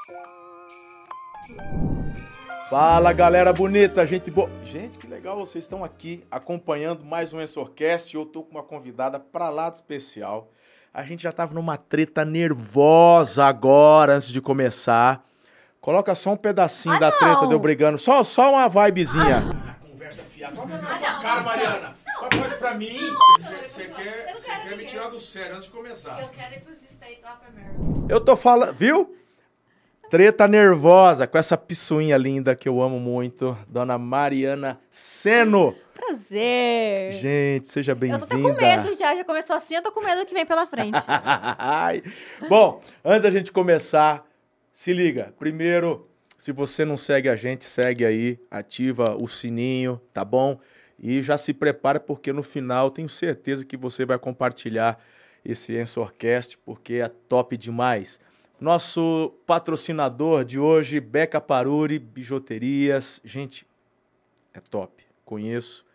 Fala, galera bonita, gente boa. Gente, que legal vocês estão aqui acompanhando mais um Ensorcast. Eu tô com uma convidada pra lá de especial. A gente já tava numa treta nervosa agora, antes de começar. Coloca só um pedacinho da treta de eu brigando, só uma vibezinha. Conversa fiada. Qual que é a tua cara, Mariana? Qual coisa pra mim? Você quer me tirar do sério antes de começar. Eu quero ir pros States of America. Eu tô falando, viu? Treta nervosa com essa pissuinha linda que eu amo muito, dona Mariana Seno. Prazer. Gente, seja bem-vinda. Eu tô com medo já começou assim, eu tô com medo que vem pela frente. Bom, antes da gente começar, se liga. Primeiro, se você não segue a gente, segue aí, ativa o sininho, tá bom? E já se prepara porque no final tenho certeza que você vai compartilhar esse Ensorcast porque é top demais. Nosso patrocinador de hoje, Beca Paruri Bijuterias. Gente, é top. Conheço.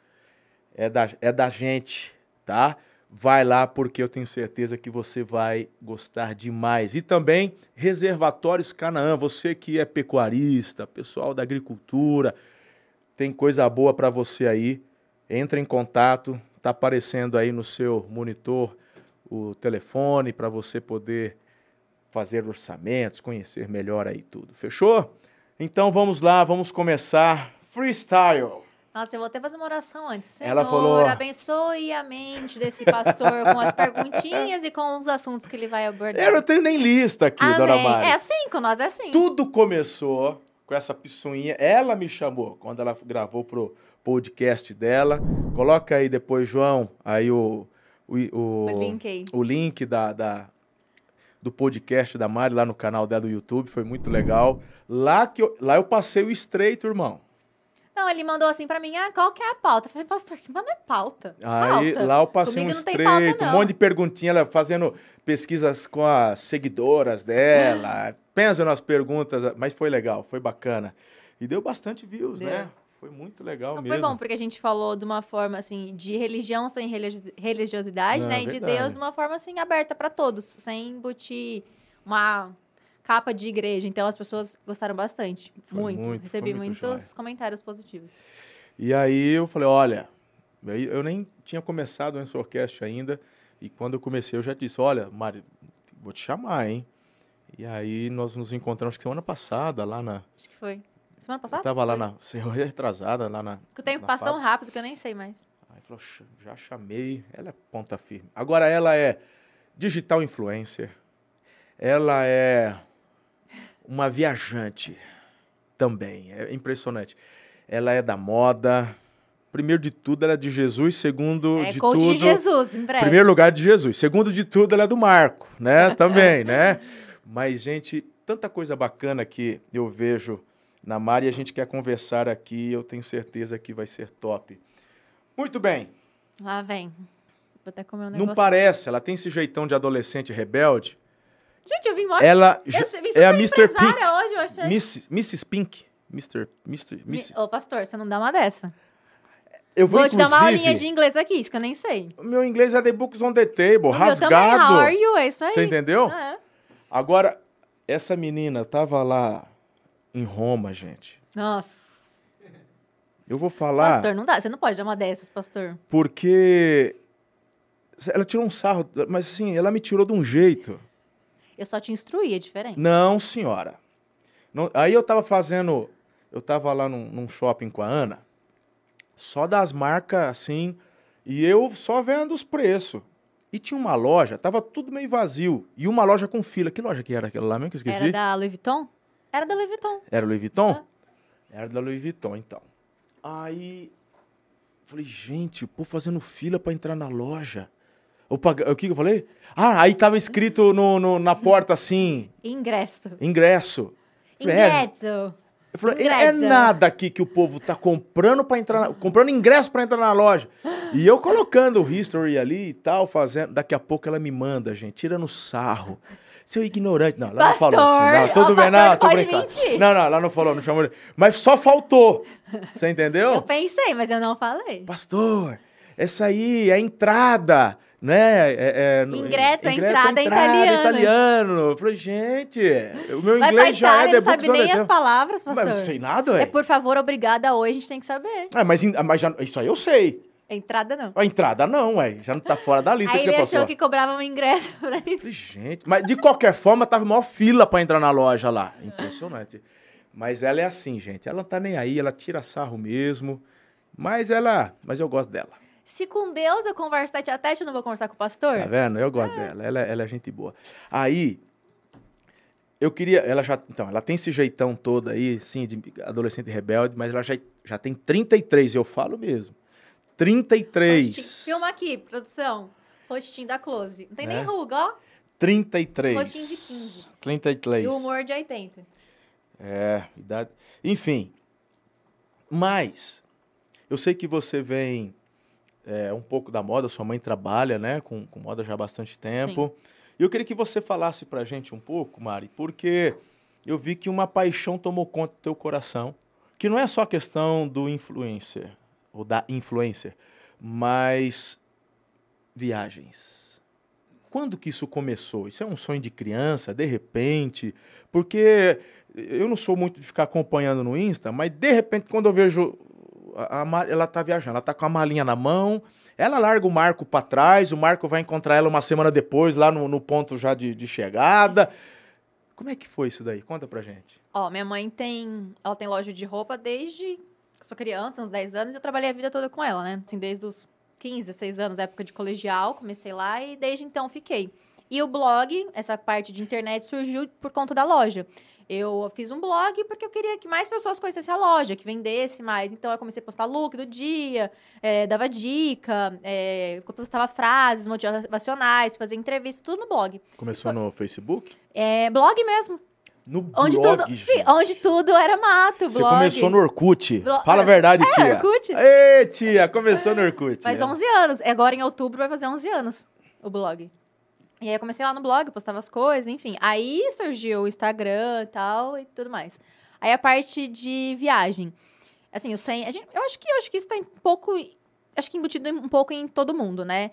É da gente, tá? Vai lá porque eu tenho certeza que você vai gostar demais. E também Reservatórios Canaã. Você que é pecuarista, pessoal da agricultura, tem coisa boa para você aí. Entra em contato. Tá aparecendo aí no seu monitor o telefone para você poder fazer orçamentos, conhecer melhor aí tudo. Fechou? Então vamos lá, vamos começar. Freestyle. Nossa, eu vou até fazer uma oração antes. Senhor, Ela falou, abençoe a mente desse pastor com as perguntinhas e com os assuntos que ele vai abordar. Eu não tenho nem lista aqui, Amém. Dona Mari. É assim, com nós é assim. Tudo começou com essa pissuinha. Ela me chamou quando ela gravou pro podcast dela. Coloca aí depois, João, aí o link aí. O link do podcast da Mari lá no canal dela do YouTube. Foi muito legal. Lá eu passei o estreito, irmão. Não, ele mandou assim pra mim, qual que é a pauta? Eu falei, pastor, que não é pauta. Aí pauta. lá eu passei Comigo um não tem pauta, estreito, não. um monte de perguntinha, ela fazendo pesquisas com as seguidoras dela, pensa nas perguntas, mas foi legal, foi bacana. E deu bastante views, né? Foi muito legal Não, mesmo. foi bom, porque a gente falou de uma forma, assim, de religião sem religiosidade, né? E de Deus de uma forma, assim, aberta pra todos, sem embutir uma capa de igreja. Então, as pessoas gostaram bastante. Muito. Recebi muitos comentários positivos. E aí, eu falei, olha, eu nem tinha começado o Ensorcast ainda, e quando eu comecei, eu já disse, olha, Mari, vou te chamar, hein? E aí, nós nos encontramos semana passada, lá na... Acho que foi. Semana passada? Eu tava lá na... retrasada, lá na... O tempo passa tão rápido que eu nem sei mais. Aí falou, já chamei, ela é ponta firme. Agora ela é digital influencer, ela é uma viajante também, é impressionante. Ela é da moda, primeiro de tudo ela é de Jesus, segundo de coach tudo... de Jesus, em breve. Primeiro lugar de Jesus, segundo de tudo ela é do Marco, né, também, né? Mas, gente, tanta coisa bacana que eu vejo na Mari e a gente quer conversar aqui, eu tenho certeza que vai ser top. Muito bem. Lá vem. Vou até comer um negócio. Não parece, ela tem esse jeitão de adolescente rebelde. Gente, eu vim mó... Ela eu vim é a Mr. empresária Pink. hoje, eu achei. Mrs. Pink. Ô, pastor, você não dá uma dessa. Eu vou te dar uma aulinha de inglês aqui, isso que eu nem sei. Meu inglês é the books on the table, rasgado. Eu também, how are you? É isso aí. Você entendeu? É. Agora, essa menina tava lá em Roma, gente. Nossa. Eu vou falar... Pastor, não dá. Você não pode dar uma dessas, pastor. Porque ela tirou um sarro, mas assim, ela me tirou de um jeito. Eu só te instruí, é diferente. Não, senhora. Não, aí eu tava lá num shopping com a Ana, só das marcas assim, e eu só vendo os preços. E tinha uma loja, tava tudo meio vazio, e uma loja com fila. Que loja que era aquela lá mesmo que eu esqueci? Era da Louis Vuitton? Era da Louis Vuitton. Era Louis Vuitton? Era da Louis Vuitton, então. Aí, falei, gente, o povo fazendo fila pra entrar na loja. O que eu falei? Aí tava escrito na porta assim... Ingresso. Ingresso. Ingresso. Eu falei, é nada aqui que o povo tá comprando para entrar, comprando ingresso para entrar na loja. E eu colocando o history ali e tal, fazendo. Daqui a pouco ela me manda, gente, tirando sarro. Seu ignorante. Não, ela não falou assim. Não, tudo bem, não, tô brincando. Mentir. Não, ela não falou, não chamou. Mas só faltou. Você entendeu? Eu pensei, mas eu não falei. Pastor, essa aí é a entrada né? Ingresso, a ingresso entrada é italiano. Eu falei, gente, o meu Vai inglês já Itália, é não sabe nem as palavras, pastor. Mas não sei nada, velho. É por favor, obrigada, oi, a gente tem que saber. Mas já, isso aí eu sei. Entrada não. A entrada não, ué. Já não tá fora da lista aí que você ele passou. achou que cobrava um ingresso pra ele. Eu falei, gente, mas de qualquer forma tava maior fila pra entrar na loja lá. Impressionante. Mas ela é assim, gente. Ela não tá nem aí, ela tira sarro mesmo. Mas eu gosto dela. Se com Deus eu converso tete a tete, eu não vou conversar com o pastor? Tá vendo? Eu gosto dela. Ela é gente boa. Aí, eu queria... Ela tem esse jeitão todo aí, sim, de adolescente rebelde, mas ela já tem 33, eu falo mesmo. 33. Rostinho. Filma aqui, produção. Rostinho da Close. Não tem nem ruga, ó. 33. Rostinho de 15. 33. E o humor de 80. Idade... Enfim. Mas, eu sei que você vem um pouco da moda, sua mãe trabalha, né, com moda já há bastante tempo. Sim. E eu queria que você falasse pra gente um pouco, Mari, porque eu vi que uma paixão tomou conta do teu coração, que não é só a questão do influencer, ou da influencer, mas viagens. Quando que isso começou? Isso é um sonho de criança, de repente? Porque eu não sou muito de ficar acompanhando no Insta, mas de repente quando eu vejo ela tá viajando, ela tá com a malinha na mão, ela larga o Marco para trás, o Marco vai encontrar ela uma semana depois, lá no ponto já de chegada. Como é que foi isso daí? Conta pra gente. Minha mãe tem loja de roupa desde que eu sou criança, uns 10 anos, e eu trabalhei a vida toda com ela, né? Assim, desde os 15, 16 anos, época de colegial, comecei lá e desde então fiquei. E o blog, essa parte de internet, surgiu por conta da loja. Eu fiz um blog porque eu queria que mais pessoas conhecessem a loja, que vendesse mais. Então, eu comecei a postar look do dia, dava dica, postava frases motivacionais, fazia entrevista, tudo no blog. Começou no Facebook? Blog mesmo. No blog, onde tudo era mato, blog. Você começou no Orkut. Fala a verdade, tia. Orkut? Ei, tia, começou no Orkut. Faz 11 anos. Agora, em outubro, vai fazer 11 anos o blog. E aí, eu comecei lá no blog, postava as coisas, enfim. Aí, surgiu o Instagram e tal, e tudo mais. Aí, a parte de viagem. Assim, eu acho que isso tá um pouco... Acho que embutido um pouco em todo mundo, né?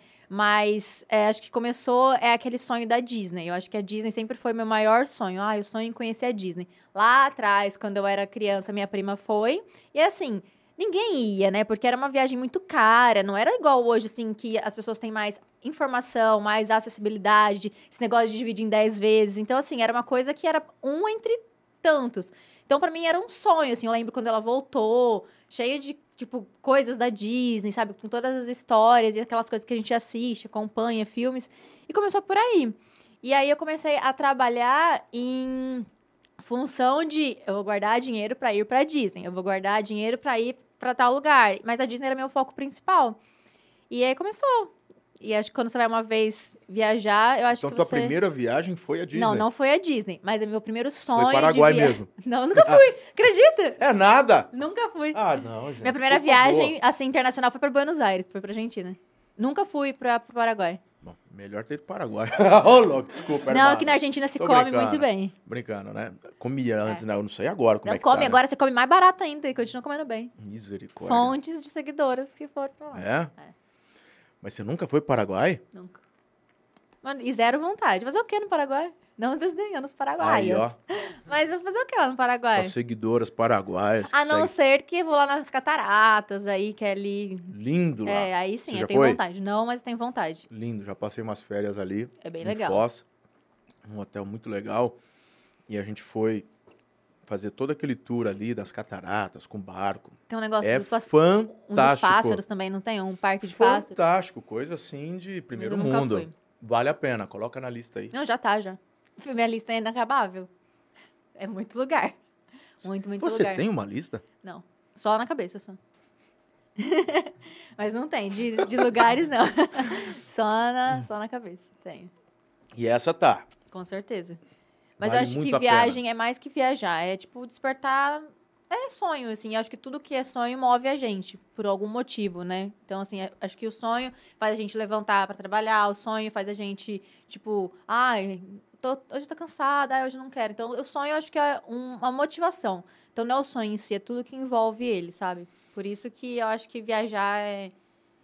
Mas acho que começou aquele sonho da Disney. Eu acho que a Disney sempre foi meu maior sonho. Eu sonho em conhecer a Disney. Lá atrás, quando eu era criança, minha prima foi. E assim, ninguém ia, né? Porque era uma viagem muito cara. Não era igual hoje, assim, que as pessoas têm mais informação, mais acessibilidade. Esse negócio de dividir em 10 vezes. Então, assim, era uma coisa que era um entre tantos. Então, pra mim, era um sonho, assim. Eu lembro quando ela voltou, cheio de tipo, coisas da Disney, sabe? Com todas as histórias e aquelas coisas que a gente assiste, acompanha, filmes. E começou por aí. E aí eu comecei a trabalhar em função de... Eu vou guardar dinheiro pra ir pra Disney. Eu vou guardar dinheiro pra ir pra tal lugar. Mas a Disney era meu foco principal. E aí começou. E acho que quando você vai uma vez viajar, eu acho que Então, tua primeira viagem foi a Disney? Não foi a Disney. Mas é meu primeiro sonho foi Paraguai mesmo? Não, nunca fui. Acredita? É nada? Nunca fui. Não, gente. Minha primeira viagem, assim, internacional foi pra Buenos Aires. Foi pra Argentina. Nunca fui pro Paraguai. Bom, melhor ter ido pro Paraguai. Ô, louco, desculpa. Não, aqui na Argentina se come muito bem. Brincando, né? Comia antes, né? Eu não sei agora como é que come, tá, agora né? você come mais barato ainda e continua comendo bem. Misericórdia. Fontes de seguidoras que foram pra lá. É? Mas você nunca foi pro Paraguai? Nunca. Mano, e zero vontade. Fazer o quê no Paraguai? Não desdenhando os paraguaios. Aí, ó. Mas eu vou fazer o quê lá no Paraguai? As seguidoras paraguaias. A não ser que eu vou lá nas cataratas aí, que é ali... Lindo lá. Aí sim, você eu tenho vontade. Não, mas eu tenho vontade. Lindo, já passei umas férias ali. É bem legal. Em Foz, um hotel muito legal. E a gente foi fazer todo aquele tour ali das cataratas, com barco. Tem um negócio fantástico. Um dos pássaros também, não tem? Um parque de pássaros? Fantástico, coisa assim de primeiro mundo. Fui. Vale a pena, coloca na lista aí. Não, já tá, já. Minha lista é inacabável. É muito lugar. Muito lugar. Você tem uma lista? Não, só na cabeça, só. Mas não tem, de lugares não. Só na cabeça, tenho. E essa tá? Com certeza. Mas vale, eu acho que viagem é mais que viajar. É, tipo, despertar... É sonho, assim. Eu acho que tudo que é sonho move a gente, por algum motivo, né? Então, assim, acho que o sonho faz a gente levantar pra trabalhar. O sonho faz a gente, tipo... Ai, hoje eu tô cansada. Hoje eu não quero. Então, o sonho eu acho que é uma motivação. Então, não é o sonho em si, é tudo que envolve ele, sabe? Por isso que eu acho que viajar é...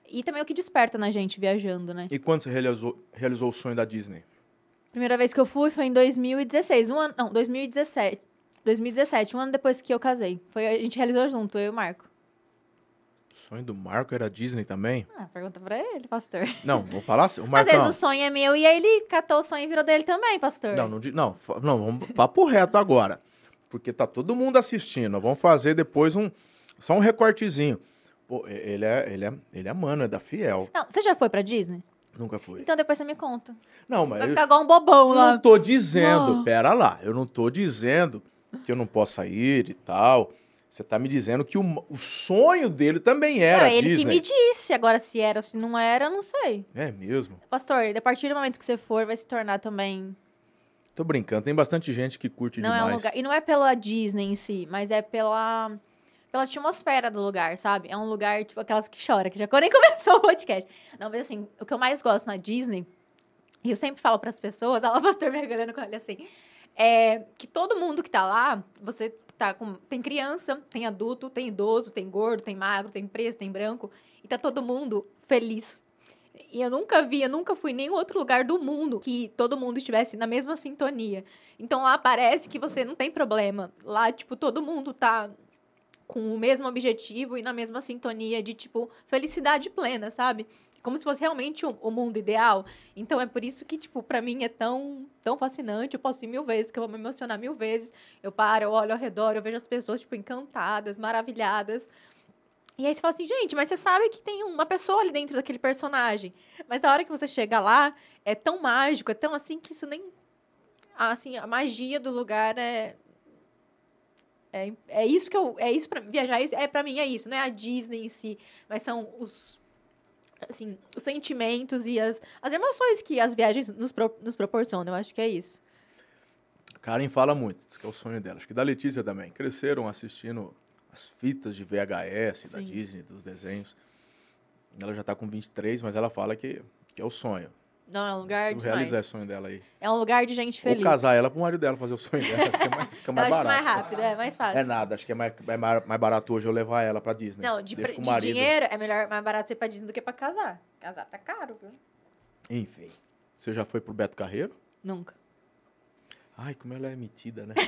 E também o que desperta na gente viajando, né? E quando você realizou o sonho da Disney? Primeira vez que eu fui foi em 2016. 2017. 2017, um ano depois que eu casei. A gente realizou junto, eu e o Marco. O sonho do Marco era Disney também? Pergunta pra ele, pastor. Não, vou falar assim. Às vezes o sonho é meu e aí ele catou o sonho e virou dele também, pastor. Não, vamos papo reto agora. Porque tá todo mundo assistindo. Vamos fazer depois só um recortezinho. Pô, ele é mano, é da Fiel. Não, você já foi pra Disney? Nunca fui. Então depois você me conta. Não, mas... Vai ficar igual um bobão lá. Não tô dizendo, pera lá. Eu não tô dizendo que eu não posso ir e tal. Você tá me dizendo que o sonho dele também era ele Disney. que me disse. Agora, se era ou se não era, eu não sei. É mesmo? Pastor, a partir do momento que você for, vai se tornar também... Tô brincando, tem bastante gente que curte demais. É um lugar... E não é pela Disney em si, mas é pela atmosfera do lugar, sabe? É um lugar, tipo, aquelas que choram, que já nem começou o podcast. Não, mas assim, o que eu mais gosto na Disney, e eu sempre falo pras pessoas, ela pastor mergulhando com ele assim, é que todo mundo que tá lá, você tá com... Tem criança, tem adulto, tem idoso, tem gordo, tem magro, tem preto, tem branco, e tá todo mundo feliz. E eu nunca fui em nenhum outro lugar do mundo que todo mundo estivesse na mesma sintonia. Então lá parece que você não tem problema. Lá, tipo, todo mundo tá com o mesmo objetivo e na mesma sintonia de, tipo, felicidade plena, sabe? Como se fosse realmente o mundo ideal. Então, é por isso que, tipo, pra mim é tão fascinante. Eu posso ir 1000 vezes, que eu vou me emocionar 1000 vezes. Eu paro, eu olho ao redor, eu vejo as pessoas, tipo, encantadas, maravilhadas. E aí você fala assim, gente, mas você sabe que tem uma pessoa ali dentro daquele personagem. Mas a hora que você chega lá, é tão mágico, é tão assim, que isso nem... Assim, a magia do lugar é isso que eu... É isso pra viajar, pra mim é isso. Não é a Disney em si, mas são os sentimentos e as emoções que as viagens nos proporcionam. Eu acho que é isso. Karen fala muito, diz que é o sonho dela. Acho que da Letícia também. Cresceram assistindo as fitas de VHS da Disney, dos desenhos. Ela já tá com 23, mas ela fala que é o sonho. Não, é um lugar demais. Realizar o sonho dela aí. É um lugar de gente feliz. Ou casar ela pro marido dela fazer o sonho dela. Acho que fica mais barato. Acho mais rápido, é mais fácil. É nada, acho que é mais barato hoje eu levar ela pra Disney. Não, de dinheiro é mais barato você ir pra Disney do que pra casar. Casar tá caro, viu? Enfim. Você já foi pro Beto Carreiro? Nunca. Ai, como ela é metida, né?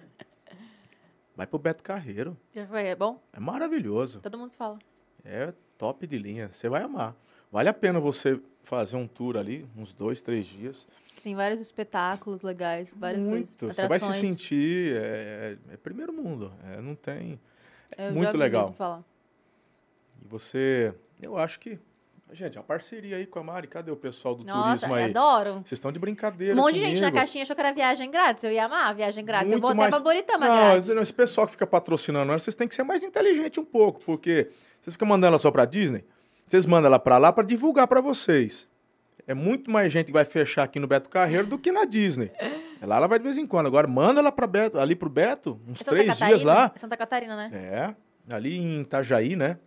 Vai pro Beto Carreiro. Já foi? É bom? É maravilhoso. Todo mundo fala. É top de linha. Você vai amar. Vale a pena você fazer um tour ali, uns 2, 3 dias. Tem vários espetáculos legais, várias Muito. Você vai se sentir... É primeiro mundo. Não tem... É muito legal. Falar. E você... Eu acho que... Gente, a parceria aí com a Mari, cadê o pessoal do turismo aí? Adoro. Vocês estão de brincadeira Um monte de comigo. gente na caixinha achou que era viagem grátis. Eu ia amar a viagem grátis. Muito eu vou até pra Boritama grátis. Não, esse pessoal que fica patrocinando ela, vocês têm que ser mais inteligente um pouco, porque vocês ficam mandando ela só pra Disney, vocês mandam ela pra lá pra divulgar pra vocês. É muito mais gente que vai fechar aqui no Beto Carreiro do que na Disney. Lá ela vai de vez em quando. Agora manda ela pra Beto, ali pro Beto, uns 3 dias lá. É Santa Catarina, né? É, ali em Itajaí, né?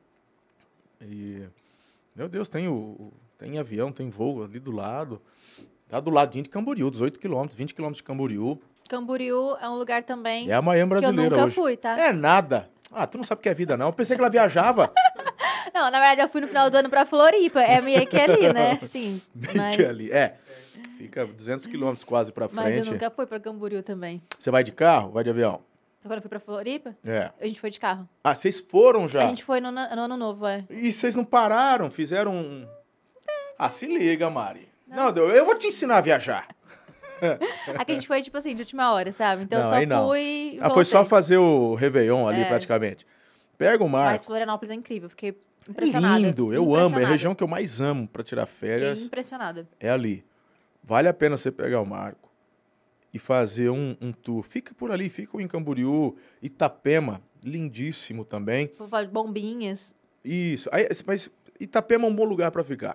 E, meu Deus, tem avião, tem voo ali do lado. Tá do ladinho de Camboriú, 18 quilômetros, 20 quilômetros de Camboriú. Camboriú é um lugar também... É a Miami brasileira que eu nunca hoje. fui, tá? É nada. Ah, tu não sabe o que é vida, não. Eu pensei que ela viajava. Não, na verdade, eu fui no final do ano pra Floripa. É meio que ali, né? Sim. Meio que ali. Fica 200 quilômetros quase pra frente. Mas eu nunca fui pra Camboriú também. Você vai de carro? Vai de avião? Quando eu fui pra Floripa, a gente foi de carro. Ah, vocês foram já? A gente foi no ano novo, E vocês não pararam? Fizeram um... Ah, se liga, Mari. Não, eu vou te ensinar a viajar. Aqui a gente foi, tipo assim, de última hora, sabe? Então eu só fui e voltei. Foi só fazer o Réveillon ali, praticamente. Pega o mar. Mas Florianópolis é incrível, fiquei impressionada. É lindo, eu amo. É a região que eu mais amo pra tirar férias. Fiquei impressionada. É ali. Vale a pena você pegar o Marco e fazer um tour. Fica por ali, fica em Camboriú, Itapema, lindíssimo também. Vou falar de Bombinhas. Isso, mas Itapema é um bom lugar pra ficar.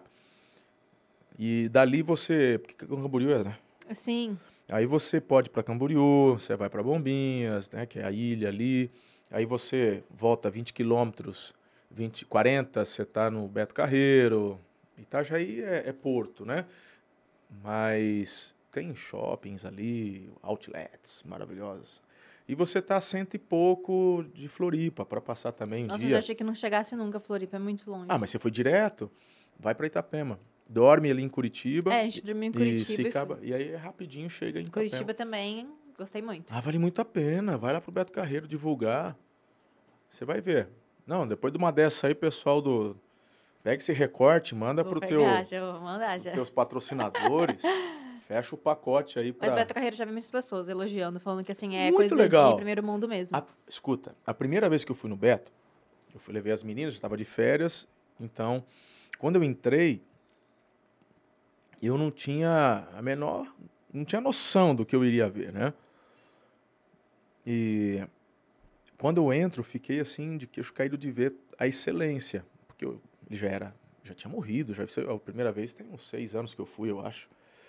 E dali você... Porque Camboriú né? Sim. Aí você pode ir pra Camboriú, você vai pra Bombinhas, né? Que é a ilha ali. Aí você volta 20 quilômetros, 40, você tá no Beto Carreiro. Itajaí é porto, né? Mas tem shoppings ali, outlets maravilhosos. E você tá a 100 e pouco de Floripa para passar também um Nossa, dia. mas eu achei que não chegasse nunca a Floripa, é muito longe. Ah, mas você foi direto? Vai para Itapema. Dorme ali em Curitiba. A gente dormiu em Curitiba. E aí rapidinho chega em Itapema. Curitiba também, gostei muito. Ah, vale muito a pena. Vai lá pro Beto Carreiro divulgar. Você vai ver. Não, depois de uma dessa aí, pessoal do... Pega esse recorte, manda Vou pro pegar, já vou mandar já. teus patrocinadores. Fecha o pacote aí pra... Mas Beto Carreiro já vi muitas pessoas elogiando, falando que assim, é Muito coisa legal. de primeiro mundo mesmo. Escuta, a primeira vez que eu fui no Beto, levei as meninas, já estava de férias, então, quando eu entrei, eu não tinha não tinha noção do que eu iria ver, né? E quando eu entro, fiquei assim, de queixo caído de ver a excelência, porque ele já tinha morrido, a primeira vez tem uns 6 anos que eu fui, eu acho.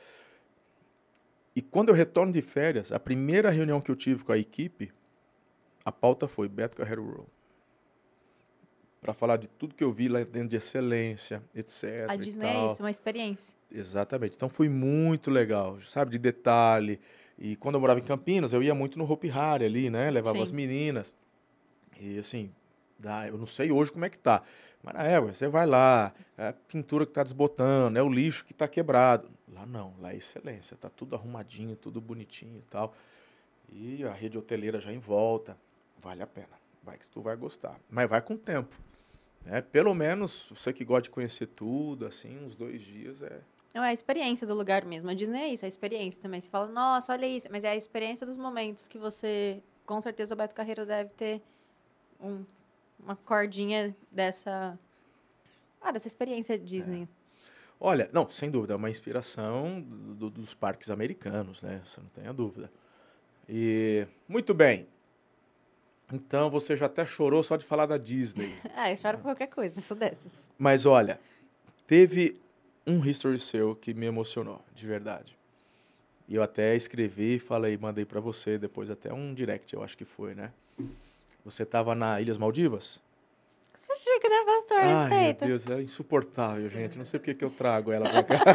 E quando eu retorno de férias, a primeira reunião que eu tive com a equipe, a pauta foi Beto Carreiro World. Para falar de tudo que eu vi lá dentro de excelência, etc. A Disney é isso, uma experiência. Exatamente. Então foi muito legal, sabe, de detalhe. E quando eu morava em Campinas, eu ia muito no Hopi Hari ali, né? Levava as meninas. E assim, eu não sei hoje como é que tá. Mas na época, você vai lá, é a pintura que tá desbotando, é o lixo que tá quebrado. Lá não, lá é excelência. Tá tudo arrumadinho, tudo bonitinho e tal. E a rede hoteleira já em volta. Vale a pena. Vai que tu vai gostar. Mas vai com tempo. Pelo menos, você que gosta de conhecer tudo, assim, uns 2 dias Não, é a experiência do lugar mesmo. A Disney é isso, é a experiência também. Você fala, nossa, olha isso. Mas é a experiência dos momentos que você... Com certeza o Beto Carreiro deve ter uma cordinha dessa experiência Disney. Olha, não, sem dúvida, é uma inspiração dos parques americanos, né? Você não tem a dúvida. E, muito bem. Então, você já até chorou só de falar da Disney. Eu choro por qualquer coisa, sou dessas. Mas, olha, teve um history seu que me emocionou, de verdade. E eu até escrevi e falei, mandei pra você depois até um direct, eu acho que foi, né? Você estava na Ilhas Maldivas? Você chique, né, pastor? Ai, Respeita. meu Deus, é insuportável, gente. Não sei porque que eu trago ela pra cá.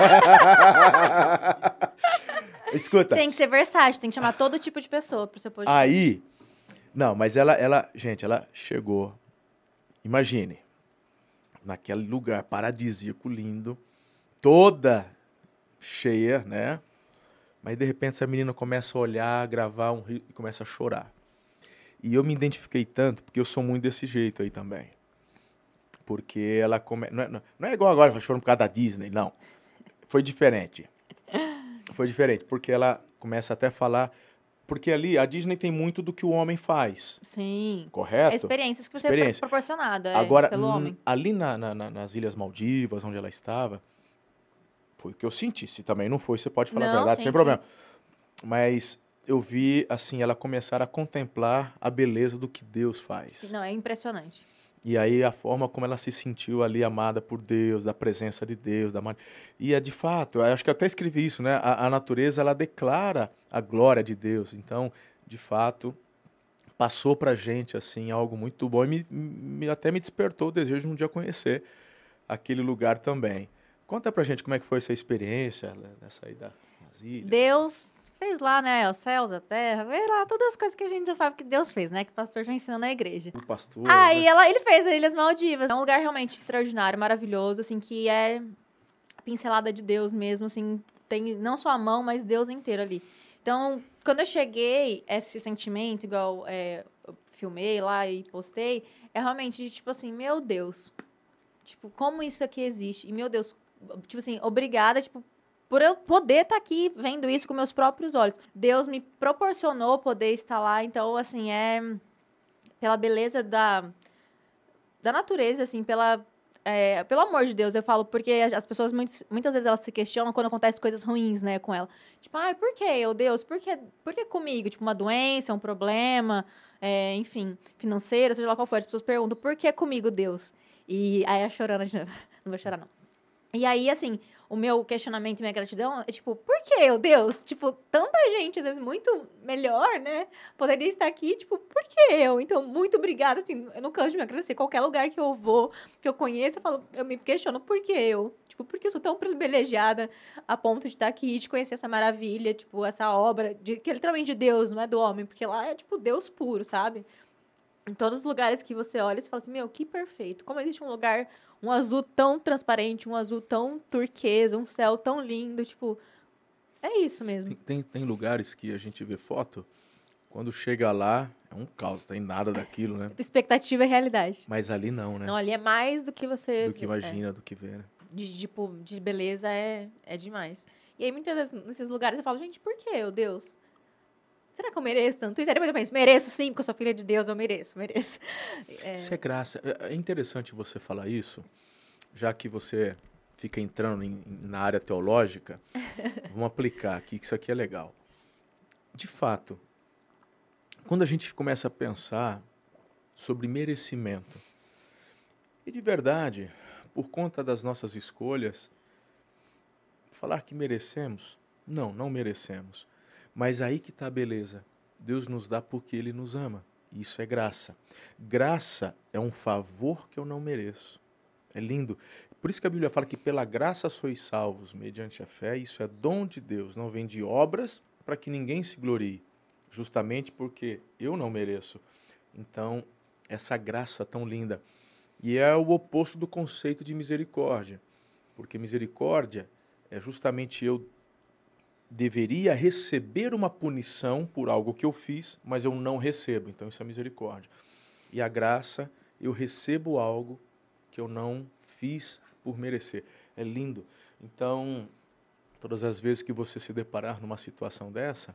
Escuta. Tem que ser versátil, tem que chamar todo tipo de pessoa pro seu podcast. Aí, não, mas ela chegou, imagine, naquele lugar paradisíaco, lindo, toda cheia, né? Mas, de repente, essa menina começa a olhar, gravar e começa a chorar. E eu me identifiquei tanto, porque eu sou muito desse jeito aí também. Porque ela não é igual agora, chorando por causa da Disney, não. Foi diferente. Foi diferente, porque ela começa até a falar... Porque ali, a Disney tem muito do que o homem faz. Sim. Correto? Experiências que você é proporcionada Agora, pelo homem. Ali nas Ilhas Maldivas, onde ela estava, foi o que eu senti. Se também não foi, você pode falar a verdade, sem problema. Mas eu vi, assim, ela começar a contemplar a beleza do que Deus faz. Não, é impressionante. E aí a forma como ela se sentiu ali amada por Deus, da presença de Deus. E é de fato, eu acho que eu até escrevi isso, né? A natureza, ela declara a glória de Deus. Então, de fato, passou pra gente, assim, algo muito bom. E até me despertou o desejo de um dia conhecer aquele lugar também. Conta pra gente como é que foi essa experiência, dessa aí das ilhas. Deus fez lá, né, os céus, a terra, fez lá todas as coisas que a gente já sabe que Deus fez, né, que o pastor já ensinou na igreja. O pastor, Aí né? ele fez as Ilhas Maldivas. É um lugar realmente extraordinário, maravilhoso, assim, que é pincelada de Deus mesmo, assim, tem não só a mão, mas Deus inteiro ali. Então, quando eu cheguei, esse sentimento, igual eu filmei lá e postei, é realmente de, tipo assim, meu Deus, tipo, como isso aqui existe? E, meu Deus, tipo assim, obrigada, tipo, por eu poder estar aqui vendo isso com meus próprios olhos. Deus me proporcionou poder estar lá, então, assim, pela beleza da natureza, assim, pelo amor de Deus, eu falo, porque as pessoas muitas vezes elas se questionam quando acontecem coisas ruins, né, com ela. Tipo, por que, oh Deus, por que comigo? Tipo, uma doença, um problema, enfim, financeiro, seja lá qual for. As pessoas perguntam, por que comigo, Deus? E aí, chorando, não vou chorar, não. E aí, assim, o meu questionamento e minha gratidão é, tipo, por que eu, Deus? Tipo, tanta gente, às vezes, muito melhor, né? Poderia estar aqui, tipo, por que eu? Então, muito obrigada, assim, eu não canso de me agradecer. Qualquer lugar que eu vou, que eu conheço, eu me questiono, por que eu? Tipo, por que eu sou tão privilegiada a ponto de estar aqui, de conhecer essa maravilha, tipo, essa obra, que é literalmente de Deus, não é do homem, porque lá é, tipo, Deus puro, sabe? Em todos os lugares que você olha, você fala assim, meu, que perfeito. Como existe um lugar, um azul tão transparente, um azul tão turquesa, um céu tão lindo, tipo, é isso mesmo. Tem lugares que a gente vê foto, quando chega lá, é um caos, tem nada daquilo, né? Expectativa e realidade. Mas ali não, né? Não, ali é mais do que você... Do que imagina, do que vê, né? De beleza é demais. E aí, muitas vezes, nesses lugares, eu falo, gente, por que eu, Deus? Será que eu mereço tanto isso? Aí depois eu penso, mereço sim, porque eu sou filha de Deus, eu mereço. Isso é graça. É interessante você falar isso, já que você fica entrando na área teológica. Vamos aplicar aqui, que isso aqui é legal. De fato, quando a gente começa a pensar sobre merecimento, e de verdade, por conta das nossas escolhas, falar que merecemos? Não merecemos. Mas aí que está a beleza. Deus nos dá porque Ele nos ama. Isso é graça. Graça é um favor que eu não mereço. É lindo. Por isso que a Bíblia fala que pela graça sois salvos, mediante a fé. Isso é dom de Deus, não vem de obras para que ninguém se glorie. Justamente porque eu não mereço. Então, essa graça tão linda. E é o oposto do conceito de misericórdia. Porque misericórdia é justamente eu deveria receber uma punição por algo que eu fiz, mas eu não recebo. Então, isso é misericórdia. E a graça, eu recebo algo que eu não fiz por merecer. É lindo. Então, todas as vezes que você se deparar numa situação dessa,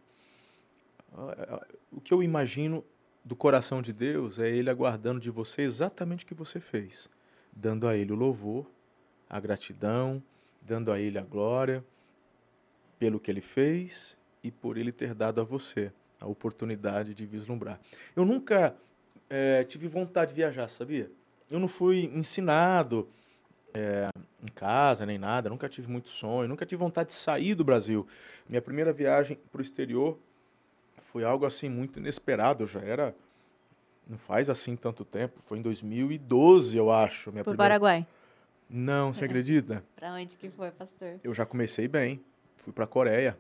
o que eu imagino do coração de Deus é Ele aguardando de você exatamente o que você fez, dando a Ele o louvor, a gratidão, dando a Ele a glória, pelo que Ele fez e por Ele ter dado a você a oportunidade de vislumbrar. Eu nunca tive vontade de viajar, sabia? Eu não fui ensinado em casa, nem nada, nunca tive muito sonho, nunca tive vontade de sair do Brasil. Minha primeira viagem para o exterior foi algo assim muito inesperado, eu já era, não faz assim tanto tempo, foi em 2012, eu acho. Pro Paraguai? Não, você acredita? Pra onde que foi, pastor? Eu já comecei bem. Fui pra Coreia.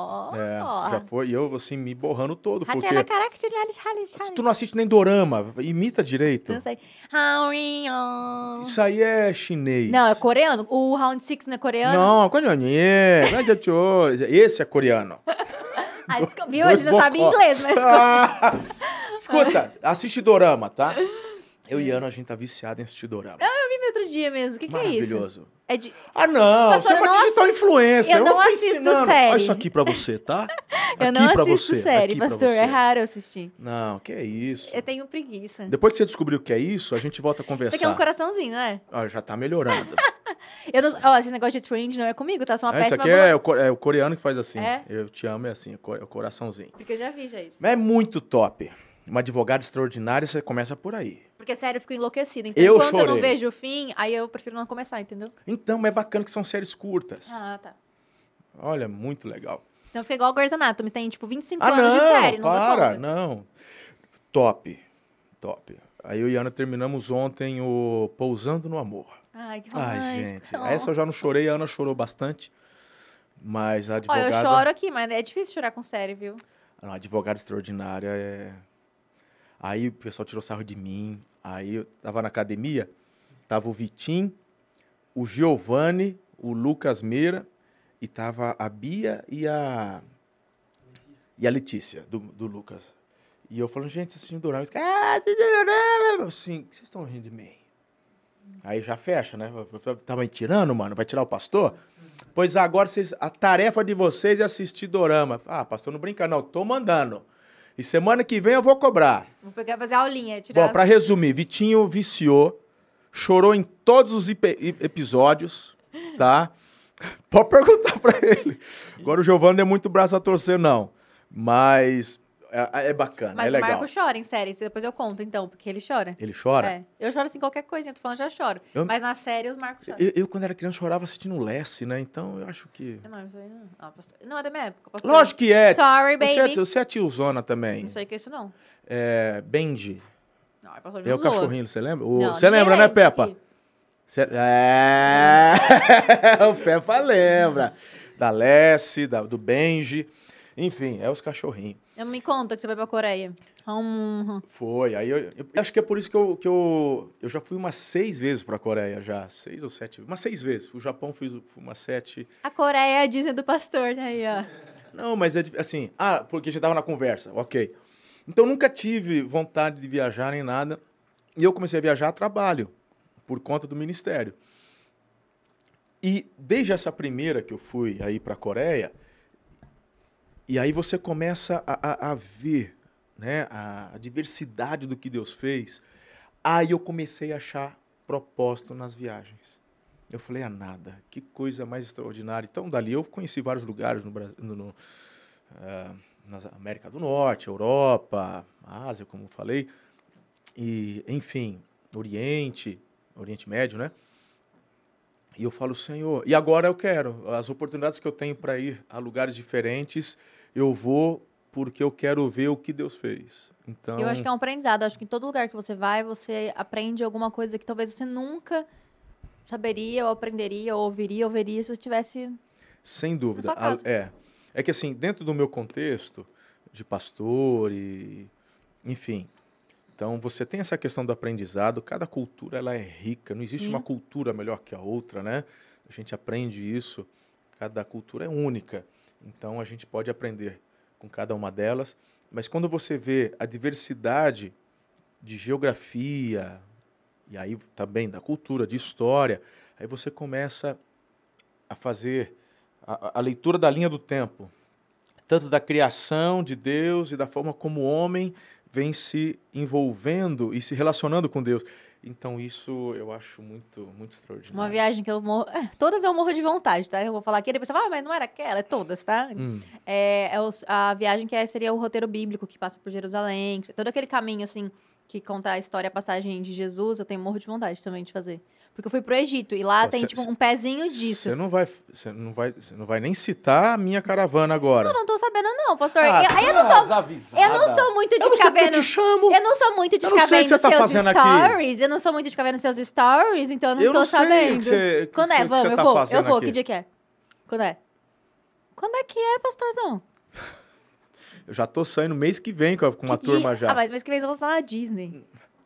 Já foi, e eu, assim, me borrando todo, porque... Se tu não assiste nem dorama, imita direito. Não sei. Isso aí é chinês. Não, é coreano. O Round Six não é coreano? Não, coreano. Esse é coreano. Viu? Ele não sabe inglês, mas... Escuta, assiste dorama, tá? Eu e Ana, a gente tá viciado em assistir dorama. Eu vi outro dia mesmo. O que é isso? Maravilhoso. Ah, não. Pastor, você é uma digital influencer. Eu não assisto série. Olha isso aqui pra você, tá? Eu não assisto série, pastor. É raro eu assistir. Não, que é isso. Eu tenho preguiça. Depois que você descobriu o que é isso, a gente volta a conversar. Isso aqui é um coraçãozinho, não é? Já tá melhorando. Esse negócio de trend não é comigo, tá? Sou uma péssima... Isso aqui é o coreano que faz assim. É? Eu te amo, é assim, é o coraçãozinho. Porque eu já vi isso. É muito top. Uma advogada extraordinária, você começa por aí. Porque, sério, eu fico enlouquecida. Então, enquanto eu não vejo o fim, aí eu prefiro não começar, entendeu? Então, mas é bacana que são séries curtas. Ah, tá. Olha, muito legal. Senão fica igual o Grey's Anatomy, tem, tipo, 25 anos de série, não dá conta. Não. Top. Aí eu e a Ana terminamos ontem o Pousando no Amor. Ai, que romântico. Ai, gente. Essa eu já não chorei, a Ana chorou bastante. Mas a advogada... Eu choro aqui, mas é difícil chorar com série, viu? A advogada extraordinária é... Aí o pessoal tirou sarro de mim. Aí eu tava na academia, tava o Vitinho, o Giovanni, o Lucas Meira, e tava a Bia e a Letícia, do Lucas. E eu falando, gente, vocês assistindo Dorama. Assim, vocês estão rindo de mim? Aí já fecha, né? Tava me tirando, mano? Vai tirar o pastor? Pois agora a tarefa de vocês é assistir Dorama. Ah, pastor, não brinca não, tô mandando. E semana que vem eu vou cobrar. Vou pegar e fazer a aulinha. Bom, pra resumir, Vitinho viciou, chorou em todos os episódios, tá? Pode perguntar pra ele. Agora o Giovanni não é muito braço a torcer, não. Mas É bacana, Mas é legal. o Marco chora em série. Depois eu conto, então, porque ele chora. Ele chora? É. Eu choro assim, qualquer coisinha, tô falando, já choro. Mas na série, os Marcos choram. Eu, quando era criança, chorava assistindo o Lessie, né? Então, eu acho que... Não, é da minha época. Pastor. Lógico que é. Sorry, baby. Você é tiozona também. Não sei o que é isso, não. Benji. Não, é pastor, É o cachorrinho, você lembra? Você ninguém lembra, né, Peppa? O Peppa lembra. Da Lessie, do Benji. Enfim, é os cachorrinhos. Me conta que você vai pra Coreia. Foi. Aí eu acho que é por isso que eu já fui umas 6 vezes pra Coreia já. 6 ou 7. Umas 6 vezes. O Japão fui umas 7. A Coreia é a Disney do pastor, né? Aí, ó. Não, mas é assim... porque a gente tava na conversa. Ok. Então, nunca tive vontade de viajar nem nada. E eu comecei a viajar a trabalho. Por conta do ministério. E desde essa primeira que eu fui aí pra Coreia... E aí você começa a ver, né, a diversidade do que Deus fez. Aí eu comecei a achar propósito nas viagens. Eu falei, nada, que coisa mais extraordinária. Então, dali eu conheci vários lugares no Brasil, na América do Norte, Europa, Ásia, como eu falei. E, enfim, Oriente Médio, né? E eu falo, Senhor, e agora eu quero. As oportunidades que eu tenho para ir a lugares diferentes, eu vou porque eu quero ver o que Deus fez. Então, eu acho que é um aprendizado. Eu acho que em todo lugar que você vai, você aprende alguma coisa que talvez você nunca saberia, ou aprenderia, ou ouviria, ou veria se você tivesse... Sem dúvida. É que assim, dentro do meu contexto de pastor enfim... Então, você tem essa questão do aprendizado, cada cultura ela é rica, não existe uma cultura melhor que a outra, né? A gente aprende isso, cada cultura é única, então a gente pode aprender com cada uma delas, mas quando você vê a diversidade de geografia, e aí também da cultura, de história, aí você começa a fazer a leitura da linha do tempo, tanto da criação de Deus e da forma como o homem vem se envolvendo e se relacionando com Deus. Então, isso eu acho muito, muito extraordinário. Uma viagem que eu morro... Todas eu morro de vontade, tá? Eu vou falar aqui, depois você fala, mas não era aquela? É todas, tá? A viagem que seria o roteiro bíblico, que passa por Jerusalém. Todo aquele caminho, assim, que conta a história, a passagem de Jesus, eu tenho morro de vontade também de fazer. Porque eu fui pro Egito e lá tem, tipo, um pezinho disso. Você não vai nem citar a minha caravana agora. Eu não tô sabendo, não, pastor. Eu não sou muito de ficar vendo... Eu não sou muito de ficar vendo seus stories. Eu não sou muito de ficar vendo seus stories, então eu não tô sabendo. Quando é? Vamos, eu vou. Que dia que é? Quando é? Quando é que é, pastorzão? Eu já tô saindo mês que vem com uma turma já. Mas mês que vem eu vou estar na Disney.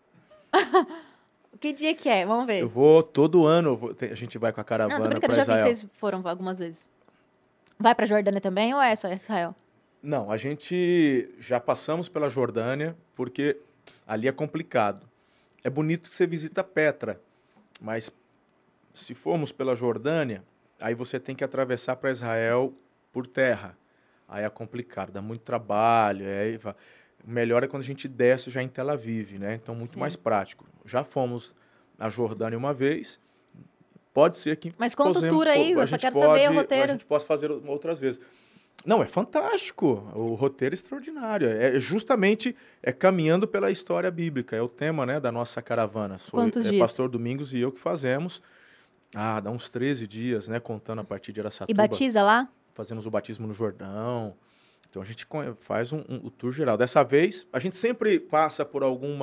Que dia que é? Vamos ver. Eu vou todo ano, a gente vai com a caravana pra Israel. Eu já vi que vocês foram algumas vezes. Vai pra Jordânia também ou é só Israel? Não, a gente já passamos pela Jordânia, porque ali é complicado. É bonito que você visita Petra, mas se formos pela Jordânia, aí você tem que atravessar para Israel por terra. Aí é complicado, dá muito trabalho. O melhor é quando a gente desce já em Tel Aviv, né? Então, muito mais prático. Já fomos na Jordânia uma vez. Pode ser que... Mas conta o tour aí, eu só quero saber o roteiro. A gente pode fazer outras vezes. Não, é fantástico. O roteiro é extraordinário. É justamente caminhando pela história bíblica. É o tema, né, da nossa caravana. Quantos dias? Pastor Domingos e eu que fazemos. Dá uns 13 dias, né? Contando a partir de Araçatuba. E batiza lá? Fazemos o batismo no Jordão. Então, a gente faz o tour geral. Dessa vez, a gente sempre passa por algum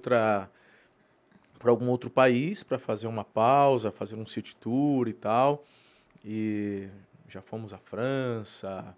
outro país para fazer uma pausa, fazer um city tour e tal. E já fomos à França,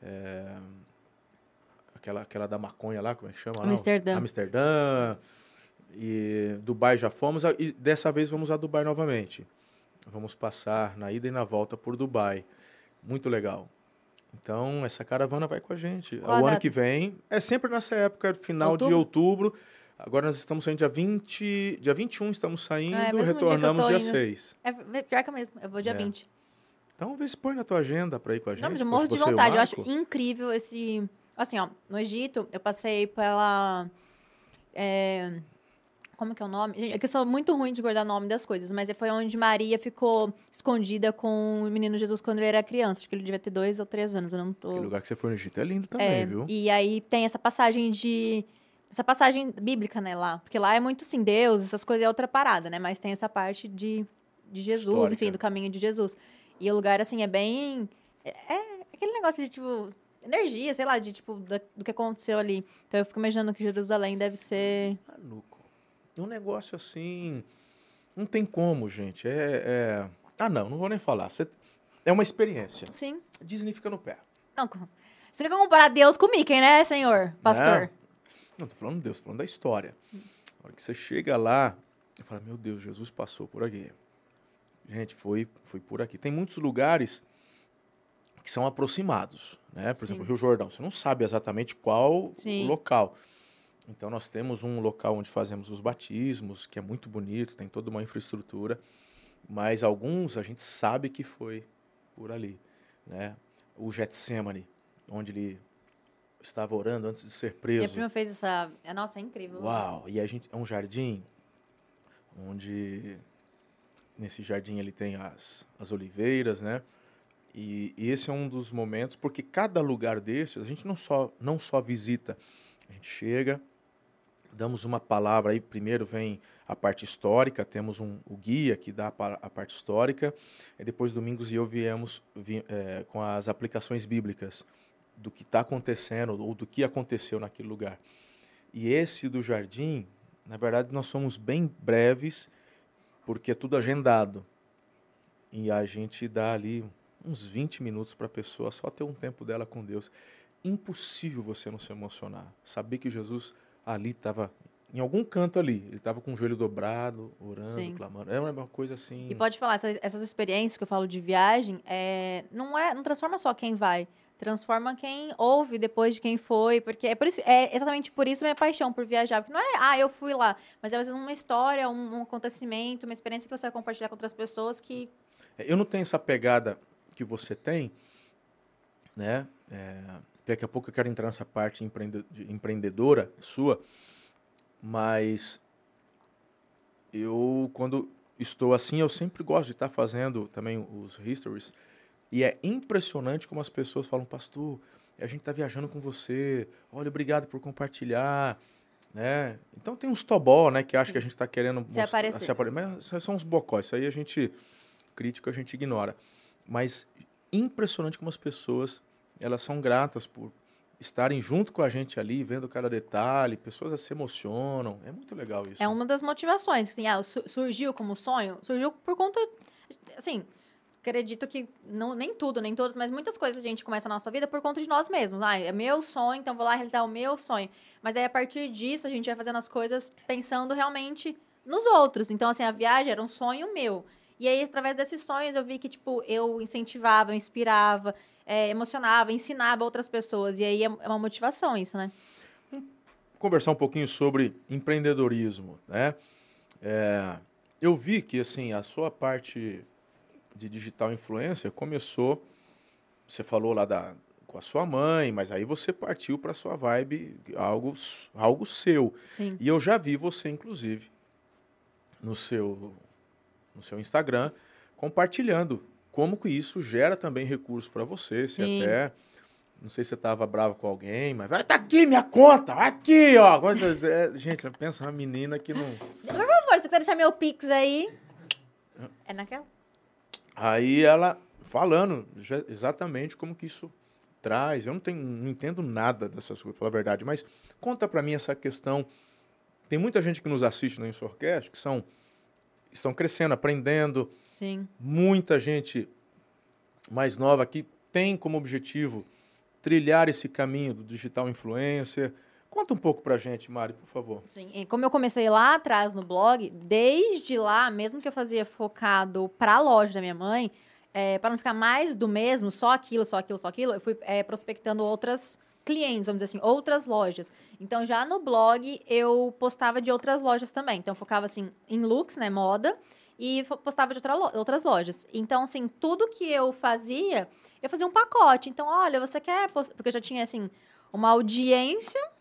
aquela da maconha lá, como é que chama? Amsterdã. E Dubai já fomos. E dessa vez vamos a Dubai novamente. Vamos passar na ida e na volta por Dubai. Muito legal. Então, essa caravana vai com a gente. O ano que vem, é sempre nessa época, final de outubro. Agora nós estamos saindo dia 21 estamos saindo, retornamos dia 6. É pior que eu mesmo, eu vou dia 20. Então, vê se põe na tua agenda para ir com a gente. Não, mas eu morro de vontade, eu acho incrível esse... Assim, ó, no Egito, eu passei pela Como que é o nome? Gente, é que eu sou muito ruim de guardar o nome das coisas, mas foi onde Maria ficou escondida com o menino Jesus quando ele era criança. Acho que ele devia ter 2 ou 3 anos, eu não tô... Aquele lugar que você foi no Egito é lindo também, viu? E aí tem essa passagem bíblica, né, lá. Porque lá é muito, assim, Deus, essas coisas é outra parada, né? Mas tem essa parte de Jesus, Histórica. enfim, do caminho de Jesus. E o lugar, assim, é bem... É aquele negócio de, tipo... Energia, sei lá, do que aconteceu ali. Então eu fico imaginando que Jerusalém deve ser... Maluco. Um negócio assim... Não tem como, gente. Ah, não vou nem falar. É uma experiência. Sim. Disney fica no pé. Não, você quer comparar Deus com Mickey, né, senhor pastor? Não, tô falando de Deus, tô falando da história. Na hora que você chega lá, eu falo, meu Deus, Jesus passou por aqui. Gente, foi por aqui. Tem muitos lugares que são aproximados, né? Por exemplo, Rio Jordão. Você não sabe exatamente qual o local. Então, nós temos um local onde fazemos os batismos, que é muito bonito, tem toda uma infraestrutura, mas alguns a gente sabe que foi por ali, né? O Getsemane, onde ele estava orando antes de ser preso. Minha prima fez essa... Nossa, é incrível. Uau! E é um jardim onde... Nesse jardim ele tem as oliveiras, né? E esse é um dos momentos, porque cada lugar desses, a gente não só visita, a gente chega, damos uma palavra aí, primeiro vem a parte histórica, temos o guia que dá a parte histórica, e depois Domingos e eu viemos com as aplicações bíblicas do que está acontecendo ou do que aconteceu naquele lugar. E esse do jardim, na verdade, nós somos bem breves, porque é tudo agendado. E a gente dá ali uns 20 minutos para a pessoa só ter um tempo dela com Deus. Impossível você não se emocionar. Saber que Jesus ali estava, em algum canto ali, ele estava com o joelho dobrado, orando, clamando. É uma coisa assim... E pode falar, essas experiências que eu falo de viagem, não transforma só quem vai, transforma quem ouve depois de quem foi, porque é exatamente por isso minha paixão por viajar, porque não é, eu fui lá, mas é às vezes uma história, um acontecimento, uma experiência que você vai compartilhar com outras pessoas que... Eu não tenho essa pegada que você tem, né? Daqui a pouco eu quero entrar nessa parte empreendedora sua, mas eu, quando estou assim, eu sempre gosto de estar fazendo também os histories, e é impressionante como as pessoas falam, pastor, a gente está viajando com você, olha, obrigado por compartilhar, né? Então tem uns tobó, né, que acha que a gente está querendo se aparecer, mas são uns bocós, isso aí a gente, crítico, a gente ignora. Mas impressionante como as pessoas, elas são gratas por estarem junto com a gente ali, vendo cada detalhe, pessoas se emocionam, é muito legal isso. É uma das motivações, assim, surgiu como sonho, surgiu por conta, assim... Acredito que nem tudo, nem todos, mas muitas coisas a gente começa a nossa vida por conta de nós mesmos. É meu sonho, então vou lá realizar o meu sonho. Mas aí, a partir disso, a gente vai fazendo as coisas pensando realmente nos outros. Então, assim, a viagem era um sonho meu. E aí, através desses sonhos, eu vi que, tipo, eu incentivava, eu inspirava, emocionava, ensinava outras pessoas. E aí, é uma motivação isso, né? Conversar um pouquinho sobre empreendedorismo, né? Eu vi que, assim, a sua parte... de digital influencer começou, você falou lá com a sua mãe, mas aí você partiu para a sua vibe, algo seu. Sim. E eu já vi você, inclusive, no seu Instagram, compartilhando como que isso gera também recursos para você. Você até, não sei se você estava bravo com alguém, mas vai, tá aqui minha conta, aqui, ó. Gente, pensa uma menina que não... Por favor, se você quiser deixar meu Pix aí, é naquela? Aí ela falando exatamente como que isso traz. Eu não entendo nada dessas coisas, pela verdade, mas conta para mim essa questão. Tem muita gente que nos assiste no Insorcast que estão crescendo, aprendendo. Sim. Muita gente mais nova que tem como objetivo trilhar esse caminho do digital influencer. Conta um pouco pra gente, Mari, por favor. Sim, e como eu comecei lá atrás no blog, desde lá, mesmo que eu fazia focado pra loja da minha mãe, para não ficar mais do mesmo, só aquilo, eu fui prospectando outras clientes, vamos dizer assim, outras lojas. Então, já no blog, eu postava de outras lojas também. Então, eu focava, assim, em looks, né, moda, e postava de outras lojas. Então, assim, tudo que eu fazia um pacote. Então, olha, você quer... Porque eu já tinha, assim, uma audiência...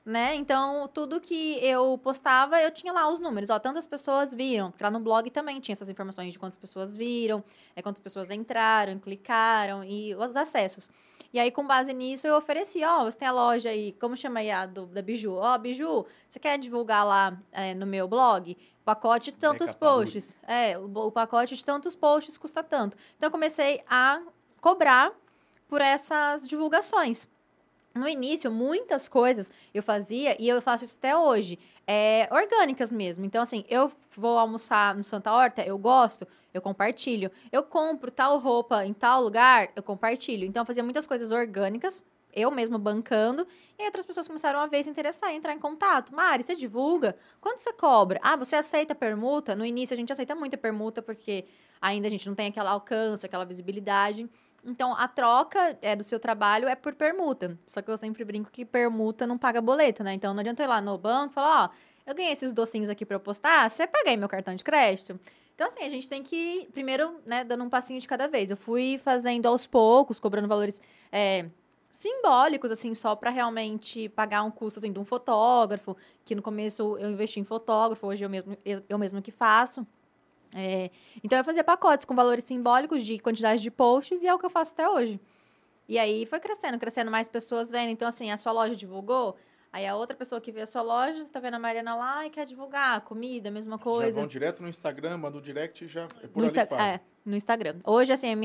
né? Então, tudo que eu postava, eu tinha lá os números. Ó, tantas pessoas viram. Porque lá no blog também tinha essas informações de quantas pessoas viram, quantas pessoas entraram, clicaram e os acessos. E aí, com base nisso, eu ofereci, ó, você tem a loja aí, como chama aí a da Biju? Ó, Biju, você quer divulgar lá no meu blog? Pacote de tantos posts. O pacote de tantos posts custa tanto. Então, eu comecei a cobrar por essas divulgações. No início, muitas coisas eu fazia, e eu faço isso até hoje, orgânicas mesmo. Então, assim, eu vou almoçar no Santa Horta, eu gosto, eu compartilho. Eu compro tal roupa em tal lugar, eu compartilho. Então, eu fazia muitas coisas orgânicas, eu mesma bancando, e aí outras pessoas começaram a ver, se interessar, entrar em contato. Mari, você divulga? Quanto você cobra? Ah, você aceita permuta? No início, a gente aceita muita permuta, porque ainda a gente não tem aquele alcance, aquela visibilidade. Então, a troca do seu trabalho é por permuta. Só que eu sempre brinco que permuta não paga boleto, né? Então, não adianta eu ir lá no banco e falar, ó, eu ganhei esses docinhos aqui pra eu postar, você paga aí meu cartão de crédito? Então, assim, a gente tem que, primeiro, né, dando um passinho de cada vez. Eu fui fazendo aos poucos, cobrando valores simbólicos, assim, só pra realmente pagar um custo, assim, de um fotógrafo, que no começo eu investi em fotógrafo, hoje eu mesmo que faço. Então, eu fazia pacotes com valores simbólicos de quantidade de posts e é o que eu faço até hoje. E aí, foi crescendo, mais pessoas vendo. Então, assim, a sua loja divulgou, aí a outra pessoa que vê a sua loja, tá vendo a Mariana lá e quer divulgar comida, mesma coisa. Já vão direto no Instagram, manda o direct e já é por ali faz. No Instagram. Hoje, assim,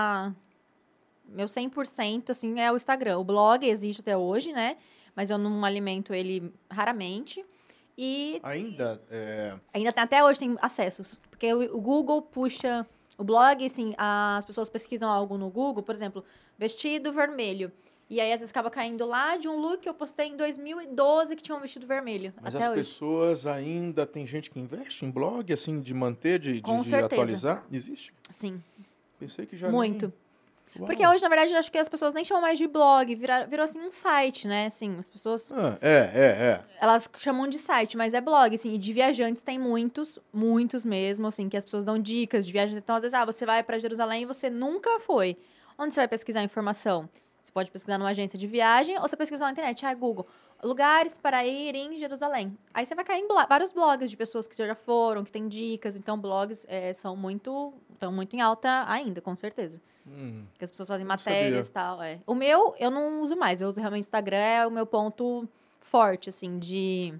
meu 100%, assim, é o Instagram. O blog existe até hoje, né? Mas eu não alimento ele raramente. E Ainda até hoje tem acessos. Porque o Google puxa o blog, assim, as pessoas pesquisam algo no Google, por exemplo, vestido vermelho. E aí, às vezes, acaba caindo lá de um look que eu postei em 2012 que tinha um vestido vermelho. Mas até as hoje. Pessoas ainda... Tem gente que investe em blog, assim, de manter, de certeza. atualizar? Existe? Sim. Pensei que já Muito. Uau. Porque hoje, na verdade, eu acho que as pessoas nem chamam mais de blog, virou assim um site, né? Assim, as pessoas... Elas chamam de site, mas é blog, assim, e de viajantes tem muitos mesmo, assim, que as pessoas dão dicas de viagens. Então, às vezes, você vai pra Jerusalém e você nunca foi. Onde você vai pesquisar informação? Você pode pesquisar numa agência de viagem ou você pesquisar na internet, Google, lugares para ir em Jerusalém. Aí você vai cair em vários blogs de pessoas que já foram, que têm dicas. Então, blogs estão muito em alta ainda, com certeza. Porque as pessoas fazem matérias e tal. O meu, eu não uso mais. Eu uso realmente o Instagram, é o meu ponto forte, assim, de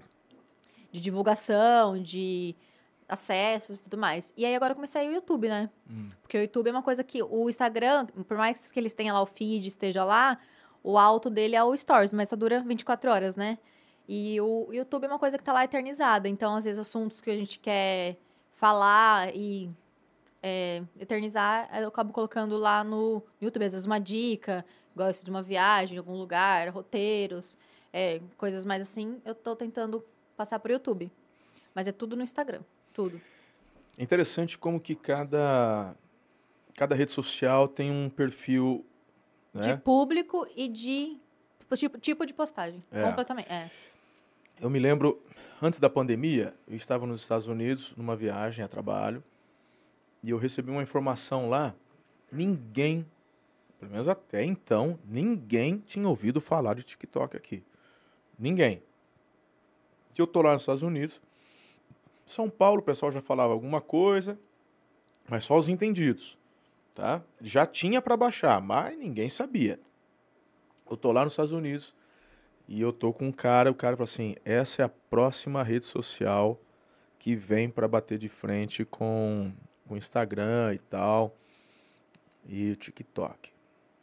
divulgação, de acessos e tudo mais. E aí, agora eu comecei o YouTube, né? Porque o YouTube é uma coisa que o Instagram, por mais que eles tenham lá o feed, esteja lá, o alto dele é o Stories, mas só dura 24 horas, né? E o YouTube é uma coisa que tá lá eternizada. Então, às vezes, assuntos que a gente quer falar e eternizar, eu acabo colocando lá no YouTube. Às vezes, uma dica, gosto de uma viagem em algum lugar, roteiros, coisas mais assim. Eu tô tentando passar pro YouTube. Mas é tudo no Instagram. Tudo. É interessante como que cada rede social tem um perfil, né? De público e de tipo de postagem. Completamente. Eu me lembro, antes da pandemia, eu estava nos Estados Unidos, numa viagem a trabalho, e eu recebi uma informação lá, ninguém, pelo menos até então, ninguém tinha ouvido falar de TikTok aqui. Ninguém. Eu tô lá nos Estados Unidos, São Paulo, o pessoal já falava alguma coisa, mas só os entendidos, tá? Já tinha para baixar, mas ninguém sabia. Eu tô lá nos Estados Unidos e eu tô com o cara falou assim, essa é a próxima rede social que vem para bater de frente com o Instagram e tal, e o TikTok.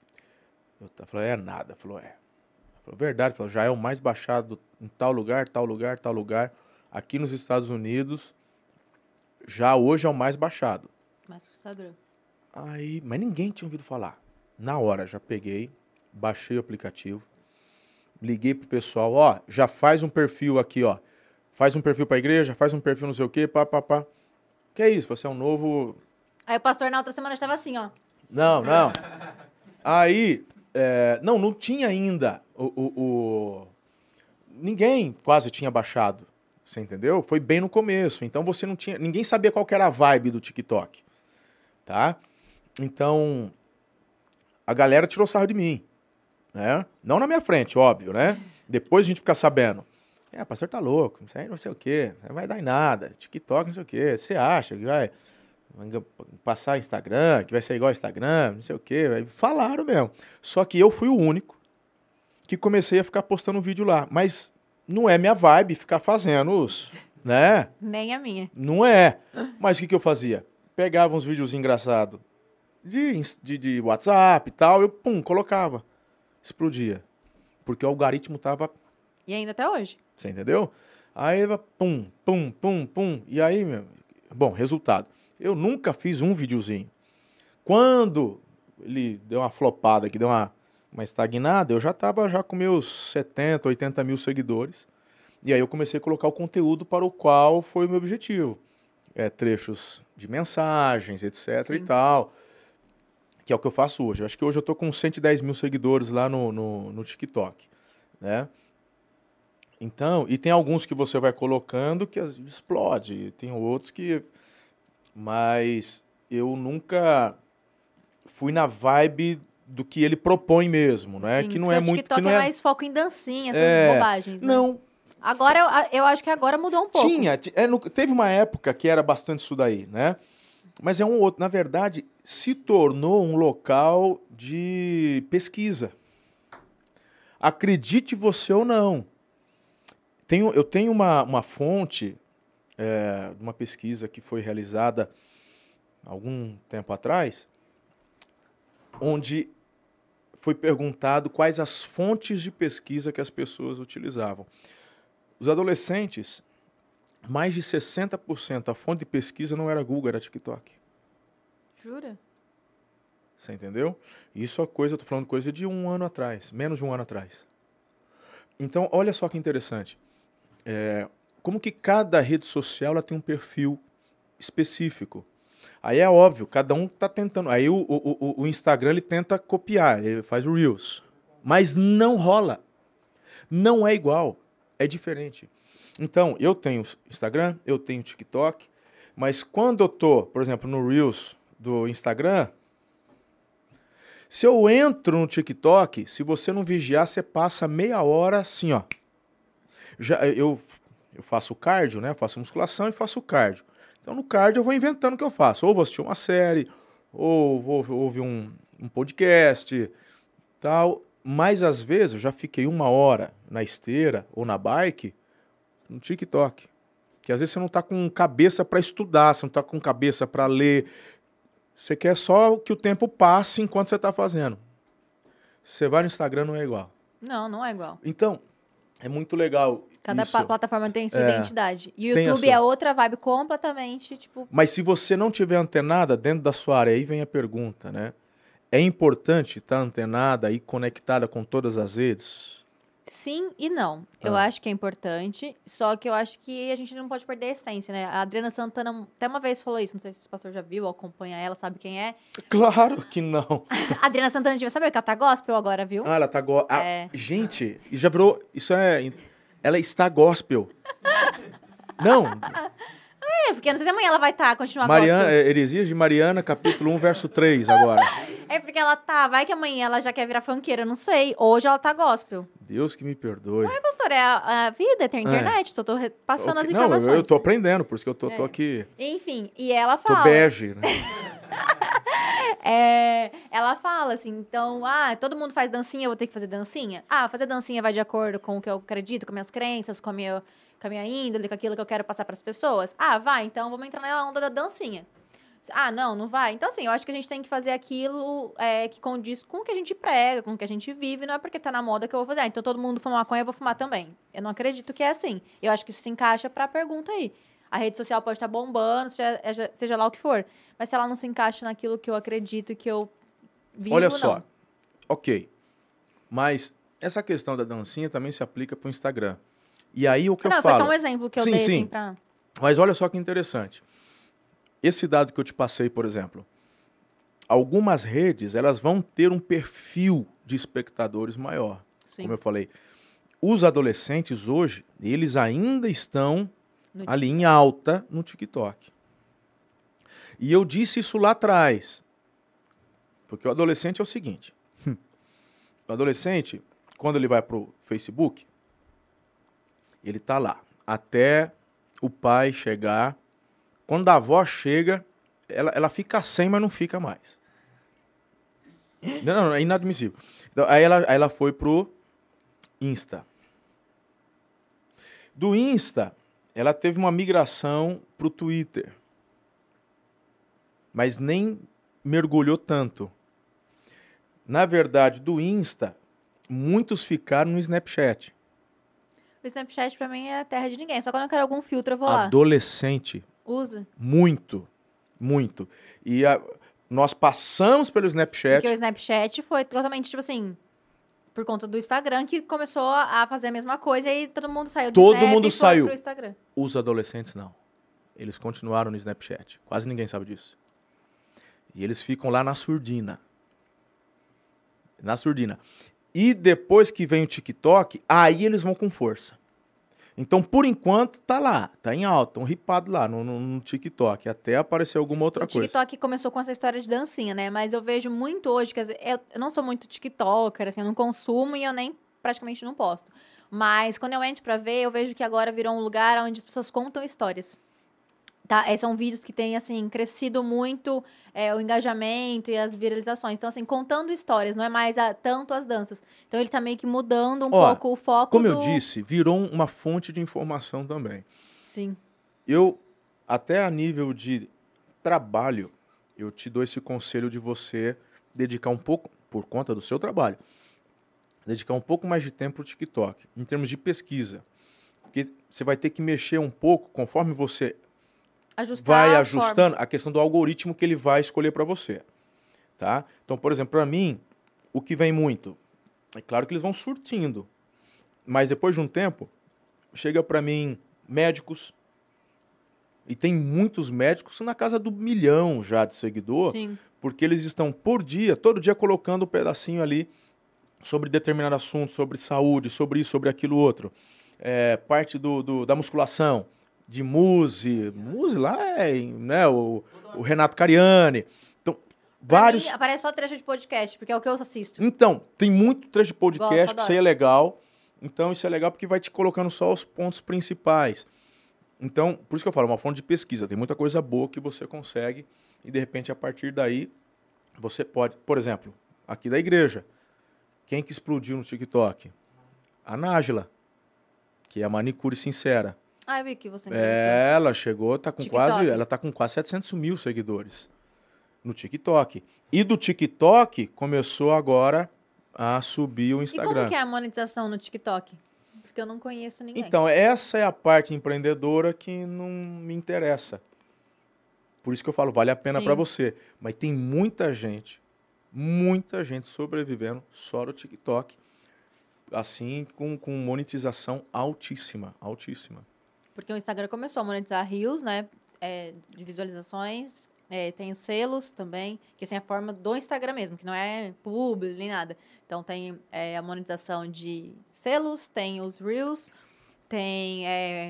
Eu falei, nada. Falou, Falou, verdade, falou, já é o mais baixado em tal lugar, tal lugar, tal lugar. Aqui nos Estados Unidos, já hoje é o mais baixado. Mais que o Instagram. Mas ninguém tinha ouvido falar. Na hora, já peguei, baixei o aplicativo, liguei pro pessoal, já faz um perfil aqui, faz um perfil pra igreja, faz um perfil não sei o quê, pá. Que é isso? Você é um novo... Aí o pastor na outra semana estava assim, Não. Aí, não tinha ainda ninguém quase tinha baixado. Você entendeu? Foi bem no começo. Então você não tinha... Ninguém sabia qual que era a vibe do TikTok. Tá? Então, a galera tirou sarro de mim. Né? Não na minha frente, óbvio, né? Depois a gente fica sabendo. Pastor tá louco, isso aí não sei o quê, não vai dar em nada, TikTok não sei o quê, você acha que vai passar Instagram, que vai ser igual Instagram, não sei o quê. Falaram mesmo. Só que eu fui o único que comecei a ficar postando vídeo lá. Mas não é minha vibe ficar fazendo os, né? Nem a minha. Não é. Mas o que eu fazia? Pegava uns vídeos engraçados de WhatsApp e tal, eu, colocava. Explodia. Porque o algoritmo tava... E ainda até hoje. Você entendeu? Aí, pum. E aí, bom, resultado. Eu nunca fiz um videozinho. Quando ele deu uma flopada aqui, deu uma estagnada, eu já tava com meus 70, 80 mil seguidores. E aí eu comecei a colocar o conteúdo para o qual foi o meu objetivo. Trechos de mensagens, etc. e tal. Que é o que eu faço hoje. Eu acho que hoje eu tô com 110 mil seguidores lá no TikTok, né? Então, e tem alguns que você vai colocando que explode, tem outros que... Mas eu nunca fui na vibe do que ele propõe mesmo, né? Sim, que não é muito... TikTok que não é mais foco em dancinha, essas bobagens, né? Não. Agora, eu acho que agora mudou um pouco. Teve uma época que era bastante isso daí, né? Mas é um outro. Na verdade, se tornou um local de pesquisa. Acredite você ou não. Eu tenho uma fonte, uma pesquisa que foi realizada algum tempo atrás, onde foi perguntado quais as fontes de pesquisa que as pessoas utilizavam. Os adolescentes, mais de 60% a fonte de pesquisa não era Google, era TikTok. Jura? Você entendeu? Isso é coisa, eu tô falando coisa de um ano atrás, menos de um ano atrás. Então, olha só que interessante. Como que cada rede social ela tem um perfil específico. Aí é óbvio, cada um está tentando. Aí o Instagram ele tenta copiar, ele faz o Reels. Mas não rola. Não é igual. É diferente. Então, eu tenho Instagram, eu tenho TikTok, mas quando eu tô, por exemplo, no Reels do Instagram, se eu entro no TikTok, se você não vigiar, você passa meia hora assim, ó. Eu faço cardio, né? Eu faço musculação e faço cardio. Então, no cardio, eu vou inventando o que eu faço. Ou vou assistir uma série, ou vou ouvir um podcast, tal. Mas, às vezes, eu já fiquei uma hora na esteira ou na bike no TikTok. Que, às vezes, você não está com cabeça para estudar, você não está com cabeça para ler. Você quer só que o tempo passe enquanto você está fazendo. Você vai no Instagram, não é igual. Não é igual. Então, é muito legal. Cada plataforma tem sua identidade. E o Tem YouTube é outra vibe completamente, tipo... Mas se você não tiver antenada dentro da sua área, aí vem a pergunta, né? É importante estar antenada e conectada com todas as redes? Sim e não. Eu acho que é importante, só que eu acho que a gente não pode perder a essência, né? A Adriana Santana até uma vez falou isso, não sei se o pastor já viu, acompanha ela, sabe quem é. Claro que não. A Adriana Santana devia saber que ela tá gospel agora, viu? Ah, ela tá gospel. Gente, já virou... Ela está gospel. Não. Porque não sei se amanhã ela vai continuar Mariana, gospel. Heresias de Mariana, capítulo 1, verso 3 agora. É porque ela vai que amanhã ela já quer virar funkeira, não sei. Hoje ela tá gospel. Deus que me perdoe. Ué, pastor, é a vida, tem a internet, só tô passando as informações. Não, eu tô aprendendo, por isso que eu tô aqui. Enfim, e ela fala... Tô bege, né? Ela fala assim, então, todo mundo faz dancinha, eu vou ter que fazer dancinha? Fazer dancinha vai de acordo com o que eu acredito, com minhas crenças, com a minha índole, com aquilo que eu quero passar pras pessoas? Vai, então vamos entrar na onda da dancinha. Não vai. Então, assim, eu acho que a gente tem que fazer aquilo que condiz com o que a gente prega, com o que a gente vive, não é porque tá na moda que eu vou fazer. Então, todo mundo fuma maconha, eu vou fumar também. Eu não acredito que é assim. Eu acho que isso se encaixa pra pergunta aí. A rede social pode estar bombando, seja lá o que for. Mas se ela não se encaixa naquilo que eu acredito e que eu vivo, olha só. não. Ok. Mas essa questão da dancinha também se aplica pro Instagram. E aí o que eu falo... Não, foi só um exemplo que eu dei, assim, pra... Mas olha só que interessante. Esse dado que eu te passei, por exemplo, algumas redes, elas vão ter um perfil de espectadores maior. Sim. Como eu falei. Os adolescentes hoje, eles ainda estão ali em alta no TikTok. E eu disse isso lá atrás. Porque o adolescente é o seguinte. O adolescente, quando ele vai pro Facebook, Ele tá lá. Até o pai chegar. Quando a avó chega, ela fica sem, mas não fica mais. Não, é inadmissível. Então, aí ela foi pro Insta. Do Insta, ela teve uma migração pro Twitter. Mas nem mergulhou tanto. Na verdade, do Insta, muitos ficaram no Snapchat. O Snapchat pra mim é a terra de ninguém. Só quando eu quero algum filtro eu vou lá. Adolescente. Usa. Muito. Muito. E nós passamos pelo Snapchat. Porque o Snapchat foi totalmente, tipo assim, por conta do Instagram, que começou a fazer a mesma coisa e aí todo mundo saiu do Todo Snap mundo e foi saiu. pro Instagram. Os adolescentes não. Eles continuaram no Snapchat. Quase ninguém sabe disso. E eles ficam lá na surdina. Na surdina. E depois que vem o TikTok, aí eles vão com força. Então, por enquanto, tá lá. Tá em alta. Estão ripados lá no TikTok. Até aparecer alguma outra coisa. O TikTok começou com essa história de dancinha, né? Mas eu vejo muito hoje, quer dizer, eu não sou muito TikToker, assim, eu não consumo e eu nem praticamente não posto. Mas quando eu entro pra ver, eu vejo que agora virou um lugar onde as pessoas contam histórias. Tá? São vídeos que têm, assim, crescido muito o engajamento e as viralizações. Então, assim, contando histórias, não é mais tanto as danças. Então, ele tá meio que mudando um pouco o foco como eu disse, virou uma fonte de informação também. Sim. Eu, até a nível de trabalho, eu te dou esse conselho de você dedicar um pouco, por conta do seu trabalho, dedicar um pouco mais de tempo pro TikTok, em termos de pesquisa. Porque você vai ter que mexer um pouco, conforme você vai ajustando a questão do algoritmo que ele vai escolher para você, tá? Então, por exemplo, para mim, o que vem muito, é claro que eles vão surtindo, mas depois de um tempo, chega para mim médicos, e tem muitos médicos na casa do 1 milhão já de seguidor, Sim. porque eles estão por dia, todo dia colocando um pedacinho ali sobre determinado assunto, sobre saúde, sobre isso, sobre aquilo outro. Parte da musculação, de Muzi lá é, né, o Renato Cariani. Então, vários... Pra mim, aparece só trecho de podcast, porque é o que eu assisto. Então, tem muito trecho de podcast, Gosto, que isso aí é legal. Então, isso é legal porque vai te colocando só os pontos principais. Então, por isso que eu falo, é uma fonte de pesquisa. Tem muita coisa boa que você consegue e, de repente, a partir daí, você pode... Por exemplo, aqui da igreja, quem que explodiu no TikTok? A Nájila, que é a manicure sincera. Ah, eu vi que você entrevistou. Ela chegou, tá com TikTok. ela tá com quase 700 mil seguidores no TikTok. E do TikTok começou agora a subir o Instagram. E como que é a monetização no TikTok? Porque eu não conheço ninguém. Então, essa é a parte empreendedora que não me interessa. Por isso que eu falo, vale a pena para você. Mas tem muita gente sobrevivendo só no TikTok, assim, com monetização altíssima, altíssima. Porque o Instagram começou a monetizar Reels, né? De visualizações. Tem os selos também, que assim, é a forma do Instagram mesmo, que não é publi nem nada. Então, tem a monetização de selos, tem os Reels, tem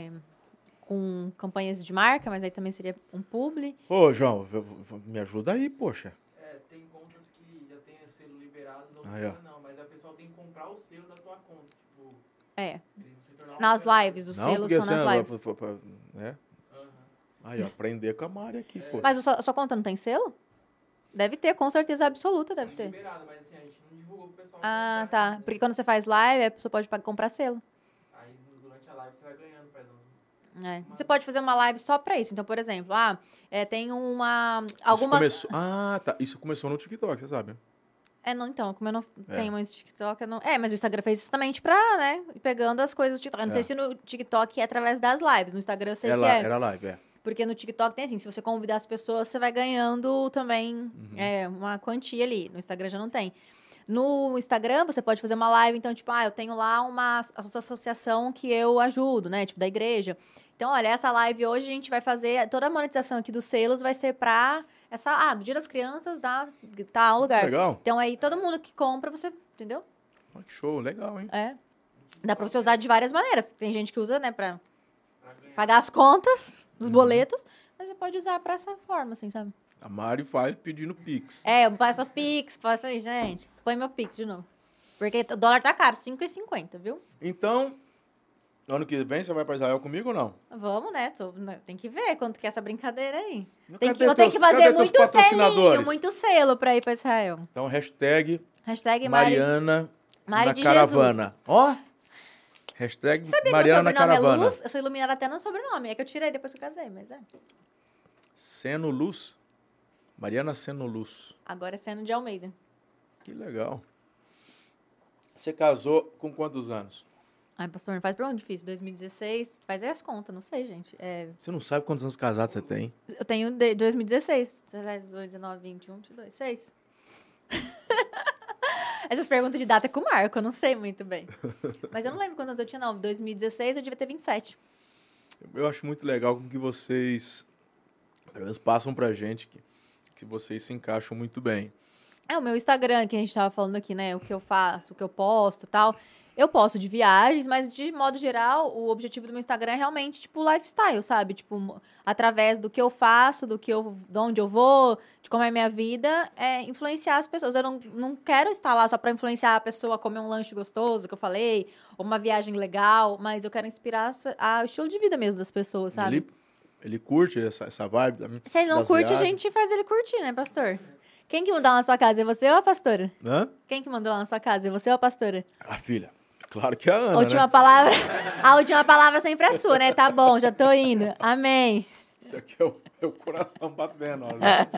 com campanhas de marca, mas aí também seria um publi. Ô, João, me ajuda aí, poxa. Tem contas que já tem o selo liberado, outras não, mas a pessoa tem que comprar o selo da tua conta. Tipo, nas lives, os selos são nas lives. Aí, ó, aprender com a Mari aqui, pô. Mas a sua conta não tem selo? Deve ter, com certeza absoluta deve ter. Liberado, mas assim, a gente não divulgou pro pessoal. Ah, tá. Porque quando você faz live, a pessoa pode comprar selo. Aí, durante a live, você vai ganhando, Você pode fazer uma live só pra isso. Então, por exemplo, tem alguma... Isso começou no TikTok, você sabe? Não, então, como eu não tenho muito TikTok, eu não... mas o Instagram fez isso também pra, né, ir pegando as coisas do TikTok. Eu não sei se no TikTok é através das lives. No Instagram eu sei que é. Era live, Porque no TikTok tem assim, se você convidar as pessoas, você vai ganhando também uma quantia ali. No Instagram já não tem. No Instagram, você pode fazer uma live, então, tipo, eu tenho lá uma associação que eu ajudo, né? Tipo, da igreja. Então, olha, essa live hoje a gente vai fazer... Toda a monetização aqui dos selos vai ser pra do Dia das Crianças, da tal lugar. Legal. Então, aí, todo mundo que compra, você... Entendeu? Que show, legal, hein? Dá pra você usar de várias maneiras. Tem gente que usa, né, pra pagar as contas dos boletos, mas você pode usar pra essa forma, assim, sabe? A Mari faz pedindo Pix. Eu passo Pix, passa aí, gente. Põe meu Pix de novo. Porque o dólar tá caro, R$5,50, viu? Então, Ano que vem você vai pra Israel comigo ou não? Vamos, né? Tem que ver quanto que é essa brincadeira aí. Cadê Vou ter que fazer cadê teus muito patrocinadores? selinho, muito selo pra ir pra Israel. Então, hashtag Hashtag Mariana Mari na de caravana. Ó! Hashtag Sabia Mariana que na meu sobrenome é caravana. Luz? Eu sou iluminada até no sobrenome. É que eu tirei depois que eu casei, mas é. Seno Luz. Mariana Seno Luz. Agora é Seno de Almeida. Que legal. Você casou com quantos anos? Ai, pastor, não faz pergunta difícil. 2016, faz aí as contas, não sei, gente. Você não sabe quantos anos casados você tem? Eu tenho de 2016. 17, 18, 19, 21, 22, 6. Essas perguntas de data é com o Marco, eu não sei muito bem. Mas eu não lembro quantos anos eu tinha, não. 2016 eu devia ter 27. Eu acho muito legal com que vocês, pelo menos, passam pra gente que vocês se encaixam muito bem. É, o meu Instagram, que a gente tava falando aqui, né? O que eu faço, o que eu posto e tal. Eu posto de viagens, mas de modo geral, o objetivo do meu Instagram é realmente, tipo, lifestyle, sabe? Tipo, através do que eu faço, de onde eu vou, de como é a minha vida, influenciar as pessoas. Eu não quero estar lá só pra influenciar a pessoa a comer um lanche gostoso, que eu falei, ou uma viagem legal, mas eu quero inspirar o estilo de vida mesmo das pessoas, sabe? Ele curte essa vibe. Se ele não das curte, viagens. a gente faz ele curtir, né, pastor? Quem que mandou lá na sua casa? É você ou a pastora? Hã? Quem que mandou lá na sua casa? É você ou a pastora? A filha. Claro que é a Ana, A última né? palavra, a última palavra sempre é sua, né? Tá bom, já tô indo. Amém. Isso aqui é o coração batendo, olha.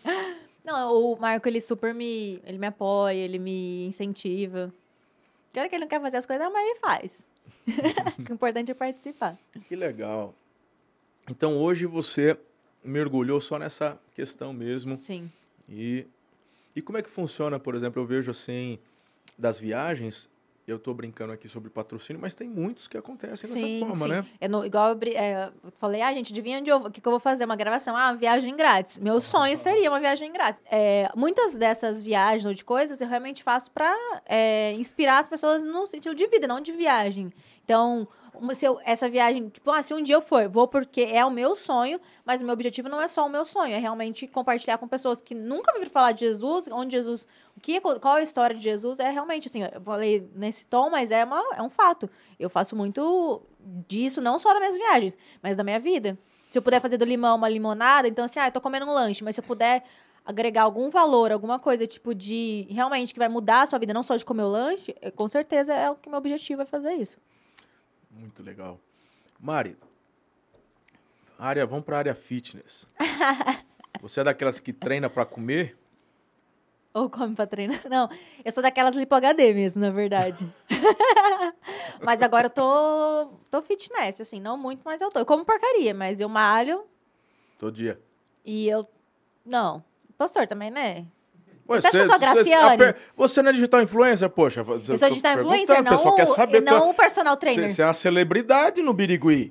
Não, o Marco, ele super ele me apoia, ele me incentiva. De hora que ele não quer fazer as coisas, mas ele faz. O importante é participar. Que legal. Então, hoje você mergulhou só nessa questão mesmo. Sim. E como é que funciona, por exemplo, eu vejo assim, das viagens, eu tô brincando aqui sobre patrocínio, mas tem muitos que acontecem dessa forma, né? Igual eu falei, gente, adivinha o que eu vou fazer? Uma gravação? Viagem grátis. Meu sonho seria uma viagem grátis. Muitas dessas viagens ou de coisas eu realmente faço pra inspirar as pessoas no sentido de vida, não de viagem. Então, essa viagem, tipo, se um dia eu for, vou porque é o meu sonho, mas o meu objetivo não é só o meu sonho, é realmente compartilhar com pessoas que nunca ouviram falar de Jesus, onde Jesus, qual é a história de Jesus, é realmente, assim, eu falei nesse tom, mas é um fato. Eu faço muito disso, não só nas minhas viagens, mas da minha vida. Se eu puder fazer do limão uma limonada, então assim, eu tô comendo um lanche, mas se eu puder agregar algum valor, alguma coisa, tipo, de realmente que vai mudar a sua vida, não só de comer o lanche, com certeza é o que meu objetivo é fazer isso. Muito legal. Mari, vamos para a área fitness. Você é daquelas que treina para comer? Ou come pra treinar? Não, eu sou daquelas lipo HD mesmo, na verdade. Mas agora eu tô fitness, assim, não muito, mas eu tô. Eu como porcaria, mas eu malho. Todo dia. E eu... Não. Pastor também, né? Ué, Você acha que eu sou a Graciane? Você não é digital influencer, poxa? Eu sou digital influencer, o pessoal quer saber. não o personal trainer. Você é uma celebridade no Birigui.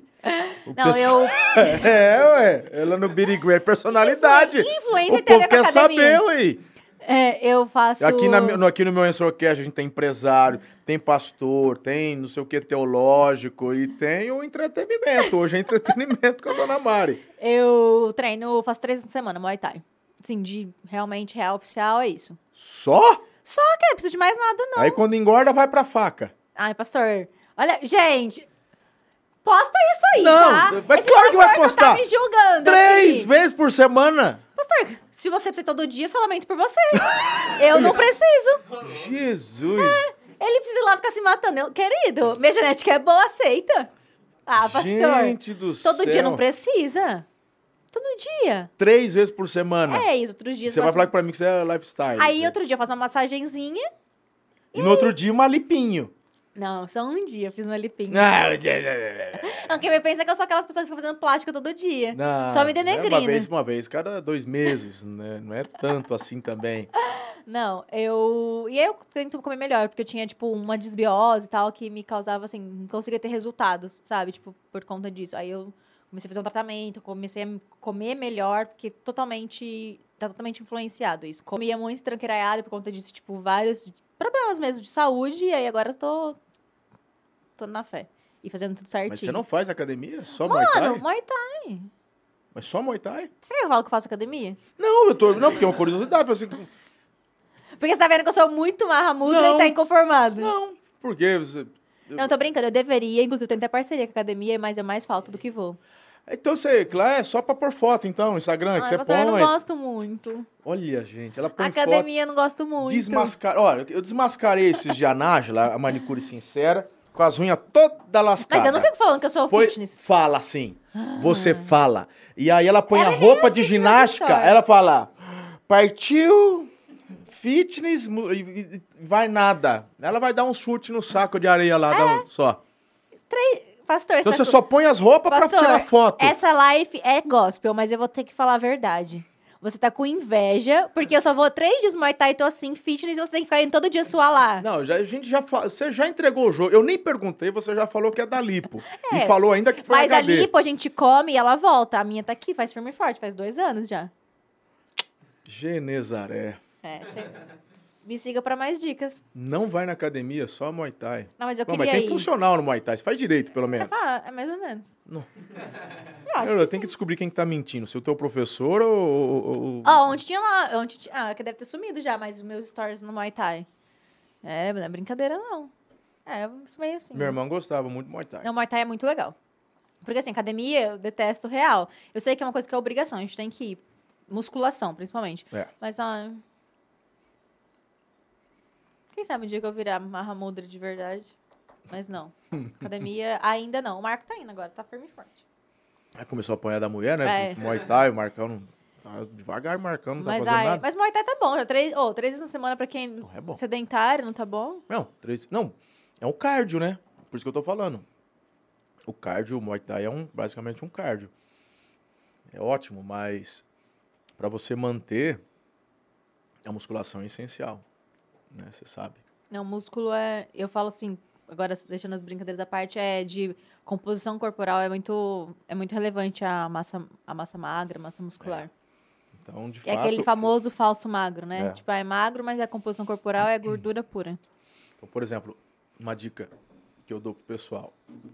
Eu... Ela no Birigui é personalidade. Influencer o tem a povo ver com quer academia. saber, ué. Eu faço... Aqui no meu Ensorcast a gente tem empresário, tem pastor, tem não sei o que teológico e tem o entretenimento. Hoje é entretenimento com a dona Mari. Eu faço 3 vezes na semana, Muay Thai. Assim, de realmente real oficial, é isso. Só? Só que não precisa de mais nada, não. Aí quando engorda, vai pra faca. Ai, pastor. Olha, gente, posta isso aí, Não, tá? mas Esse claro que vai pastor só postar. tá me julgando. 3 aqui. vezes por semana? Pastor, se você precisa todo dia, só lamento por você. Eu não preciso. Jesus. Ele precisa ir lá ficar se matando. Querido, minha genética é boa, aceita. Pastor. Gente do céu. Todo dia não precisa. Todo dia. 3 vezes por semana. É isso, outros dias... Você vai falar pra mim que você é lifestyle. Aí, outro dia, eu faço uma massagenzinha. E no outro dia, uma lipinho. Não, só um dia eu fiz uma lipinha. Ah, Não, quem me pensa é que eu sou aquelas pessoas que ficam fazendo plástica todo dia. não, Só me denegrindo. Uma vez, cada 2 meses, né? Não é tanto assim também. Não, E aí eu tento comer melhor, porque eu tinha, tipo, uma desbiose e tal, que me causava, assim, não conseguia ter resultados, sabe? Tipo, por conta disso. Aí eu comecei a fazer um tratamento, comecei a comer melhor, porque tá totalmente influenciado isso. Comia muito tranqueiraiado por conta disso, tipo, vários problemas mesmo de saúde, e aí agora eu tô na fé. E fazendo tudo certinho. Mas você não faz academia? Só Muay Thai? Mano, Muay Thai. Mas só Muay Thai? Será que eu falo que eu faço academia? Não, não, porque é uma curiosidade. Assim, Porque você tá vendo que eu sou muito marramuda Não. e tá inconformado. não, porque você... Não, tô brincando, eu deveria, inclusive eu tenho até parceria com a academia, mas eu mais falto do que vou. Então você, lá é só pra pôr foto, então, no Instagram, que você pastor, eu não põe. gosto muito. Olha, gente, ela põe Academia eu não gosto muito. Olha, eu desmascarei esses de Anágela, a manicure sincera, com as unhas toda lascada. Mas eu não fico falando que eu sou fitness. Fala assim, você fala. E aí ela põe a roupa de assiste ginástica, meu ela fala, partiu, fitness, e vai nada. Ela vai dar um chute no saco de areia lá, só. Pastor, Então você só põe as roupas pra tirar foto. Essa live é gospel, mas eu vou ter que falar a verdade. Você tá com inveja, porque eu só vou 3 dias no Muay Thai e tô assim, fitness, e você tem que ficar indo todo dia suar lá. Não, você já entregou o jogo. Eu nem perguntei, você já falou que é da lipo. E falou ainda que foi mas HD. Mas a lipo a gente come e ela volta. A minha tá aqui, faz firme e forte, faz 2 anos já. Genezaré. Você me siga pra mais dicas. Não vai na academia, só Muay Thai. Não, mas eu Mas queria tem ir. funcional no Muay Thai, você faz direito, pelo menos. É mais ou menos. Não. Eu tenho que descobrir quem tá mentindo, se o teu professor ou... Ontem tinha lá, que deve ter sumido já, mas os meus stories no Muay Thai. Não é brincadeira, não. Eu sou meio assim. Meu irmão gostava muito do Muay Thai. Não, Muay Thai é muito legal. Porque assim, academia, eu detesto real. Eu sei que é uma coisa que é obrigação, a gente tem que ir. Musculação, principalmente. Mas, quem sabe um dia que eu virar Mahamudra de verdade. Mas não. Academia ainda não. O Marco tá indo agora, tá firme e forte. Aí começou a apanhar da mulher, né? Muay Thai, o Marcão não... Tá devagar, Marcão, não tá fazendo nada. Mas Muay Thai tá bom. Já 3 vezes na semana pra quem é bom. Sedentário, não tá bom? Não, é um cardio, né? Por isso que eu tô falando. O cardio, o Muay Thai é basicamente um cardio. É ótimo, mas pra você manter, a musculação é essencial. Né? Você sabe. Não, músculo eu falo assim, agora deixando as brincadeiras à parte, de composição corporal é muito relevante a massa magra, a massa muscular. Então, de fato... É aquele famoso falso magro, né? Tipo, é magro, mas a composição corporal é gordura pura. Então, por exemplo, uma dica que eu dou pro pessoal.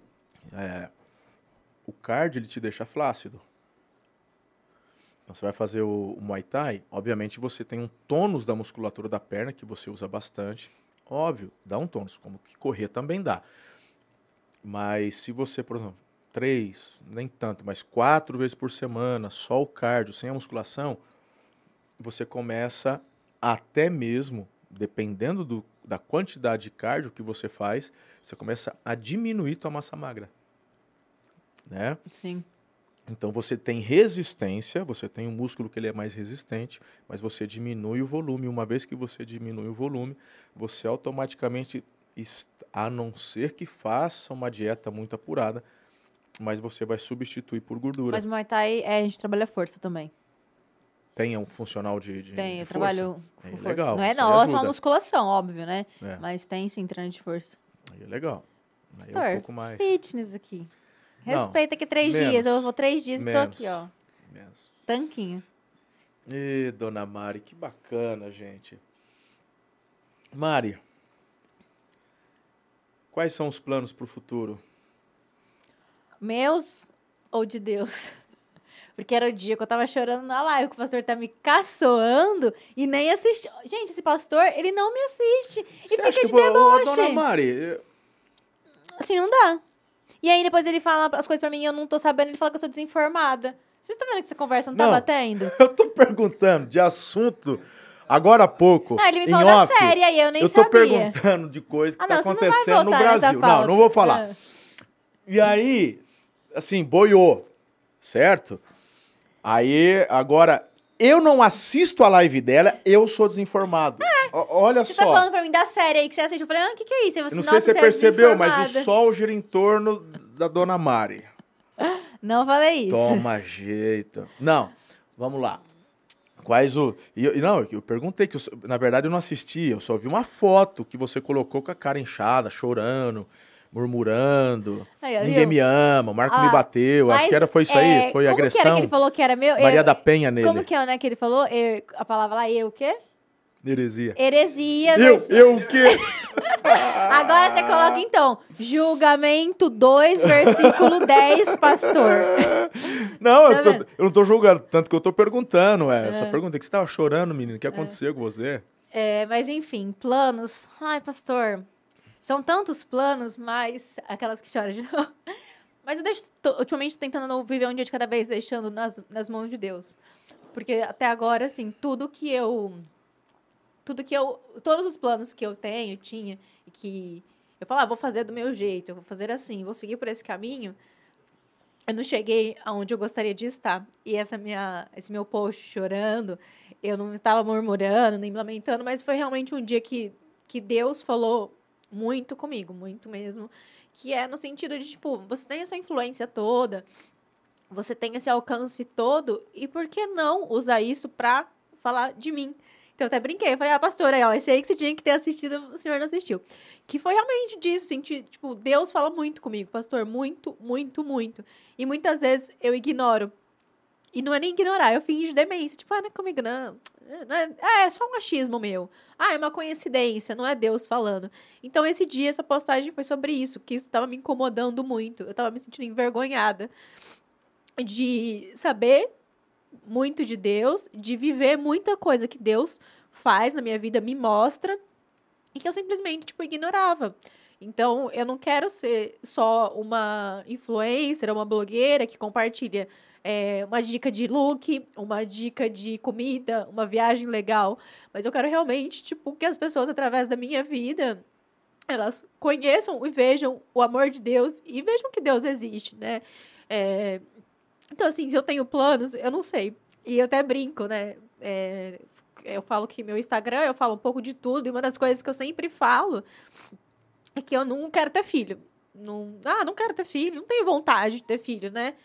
O cardio, ele te deixa flácido. Então, você vai fazer o Muay Thai, obviamente você tem um tônus da musculatura da perna, que você usa bastante. Óbvio, dá um tônus, como que correr também dá. Mas se você, por exemplo, 3, nem tanto, mas 4 vezes por semana, só o cardio, sem a musculação, você começa até mesmo, dependendo da quantidade de cardio que você faz, você começa a diminuir tua massa magra. Né? Sim. Então você tem resistência, você tem um músculo que ele é mais resistente, mas você diminui o volume. Uma vez que você diminui o volume, você automaticamente, a não ser que faça uma dieta muito apurada, mas você vai substituir por gordura. Mas o Muay Thai a gente trabalha força também. Tem um funcional de Tem, eu força? trabalho com força. Legal, não é só uma musculação, óbvio, né? Mas tem sim treino de força. Aí é legal. Aí Pastor, é um pouco mais... fitness aqui. Não, respeita que 3 dias. Eu vou 3 dias e tô aqui, ó. Tanquinho. E dona Mari, que bacana, gente. Mari, quais são os planos pro futuro? Meus ou de Deus? Porque era o dia que eu tava chorando na live, que o pastor tá me caçoando e nem assistiu. Gente, esse pastor, ele não me assiste. Você e acha fica que de deboche. Dona Mari... Assim, não dá. E aí, depois ele fala as coisas pra mim e eu não tô sabendo, ele fala que eu sou desinformada. Vocês estão vendo que essa conversa não tá batendo? Eu tô perguntando de assunto, agora há pouco, ele me falou da série, aí eu nem sabia. Eu tô perguntando de coisa que tá acontecendo no Brasil. Não vou falar. E aí, assim, boiou, certo? Aí, agora, eu não assisto a live dela, eu sou desinformado. Olha só. Você tá falando pra mim da série aí que você assiste. Eu falei, que é isso? Eu não sei se você percebeu, mas o sol gira em torno da Dona Mari. Não falei isso. Toma jeito. Não, vamos lá. Quais o... eu perguntei, na verdade eu não assisti, eu só vi uma foto que você colocou com a cara inchada, chorando, murmurando. Ninguém me ama, o Marco me bateu. Acho que foi isso aí, foi agressão. Como que era que ele falou que era meu? Maria da Penha nele. Como que é, né, que ele falou? A palavra lá, o quê? Heresia. Heresia. Eu o quê? Agora você coloca, então, julgamento 2, versículo 10, pastor. Não, eu não tô julgando, tanto que eu tô perguntando, Eu só perguntei que você tava chorando, menino, o que aconteceu com você? Mas enfim, planos. Ai, pastor, São tantos planos, mas... Aquelas que choram de novo. Mas eu ultimamente, tentando viver um dia de cada vez, deixando nas mãos de Deus. Porque até agora, assim, todos os planos que eu tinha, e que eu falava, vou fazer do meu jeito, eu vou fazer assim, vou seguir por esse caminho, eu não cheguei aonde eu gostaria de estar. E esse meu post chorando, eu não estava murmurando, nem lamentando, mas foi realmente um dia que Deus falou muito comigo, muito mesmo, que é no sentido de, tipo, você tem essa influência toda, você tem esse alcance todo, e por que não usar isso pra falar de mim? Então, eu até brinquei. Eu falei, pastora, esse aí que você tinha que ter assistido, o senhor não assistiu. Que foi realmente disso, tipo, Deus fala muito comigo, pastor, muito, muito, muito. E muitas vezes eu ignoro. E não é nem ignorar, eu finjo demência. Tipo, não é comigo, não. É só um achismo meu. É uma coincidência, não é Deus falando. Então, esse dia, essa postagem foi sobre isso, que isso tava me incomodando muito. Eu tava me sentindo envergonhada de saber muito de Deus, de viver muita coisa que Deus faz na minha vida, me mostra, e que eu simplesmente, tipo, ignorava. Então, eu não quero ser só uma influencer, uma blogueira que compartilha uma dica de look, uma dica de comida, uma viagem legal, mas eu quero realmente, tipo, que as pessoas, através da minha vida, elas conheçam e vejam o amor de Deus e vejam que Deus existe, né? Então, assim, se eu tenho planos, eu não sei. E eu até brinco, né? Eu falo que meu Instagram, eu falo um pouco de tudo. E uma das coisas que eu sempre falo é que eu não quero ter filho. Não quero ter filho. Não tenho vontade de ter filho, né?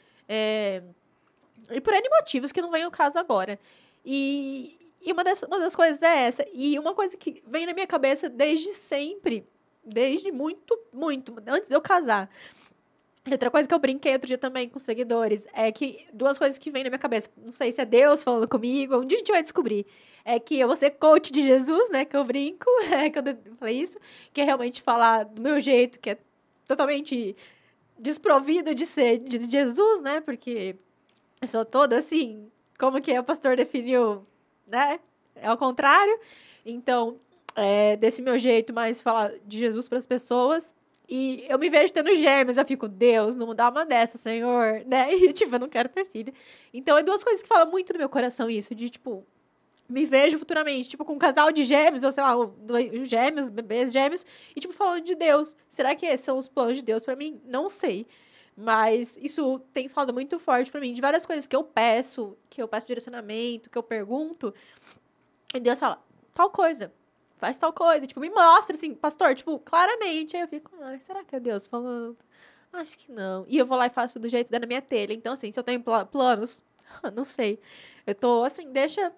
E por N motivos que não vem ao caso agora. E uma das coisas é essa. E uma coisa que vem na minha cabeça desde sempre. Desde muito, muito. Antes de eu casar. Outra coisa que eu brinquei outro dia também com seguidores é que duas coisas que vêm na minha cabeça, não sei se é Deus falando comigo, um dia a gente vai descobrir, é que eu vou ser coach de Jesus, né, que eu brinco, quando eu falei isso, que é realmente falar do meu jeito, que é totalmente desprovido de ser de Jesus, né, porque eu sou toda assim, como que o pastor definiu, né, é ao contrário, então, desse meu jeito mais falar de Jesus para as pessoas. E eu me vejo tendo gêmeos, eu fico, Deus, não dá uma dessa, Senhor, né? E, tipo, eu não quero ter filho. Então, é duas coisas que falam muito no meu coração isso, de, tipo, me vejo futuramente, tipo, com um casal de gêmeos, ou sei lá, gêmeos, bebês gêmeos, e, tipo, falando de Deus. Será que esses são os planos de Deus pra mim? Não sei. Mas isso tem falado muito forte pra mim, de várias coisas que eu peço direcionamento, que eu pergunto, e Deus fala, tal coisa. Faz tal coisa, tipo, me mostra, assim, pastor, tipo, claramente. Aí eu fico, será que é Deus falando? Acho que não. E eu vou lá e faço do jeito que dá na minha telha. Então, assim, se eu tenho planos, não sei. Eu tô, assim, deixa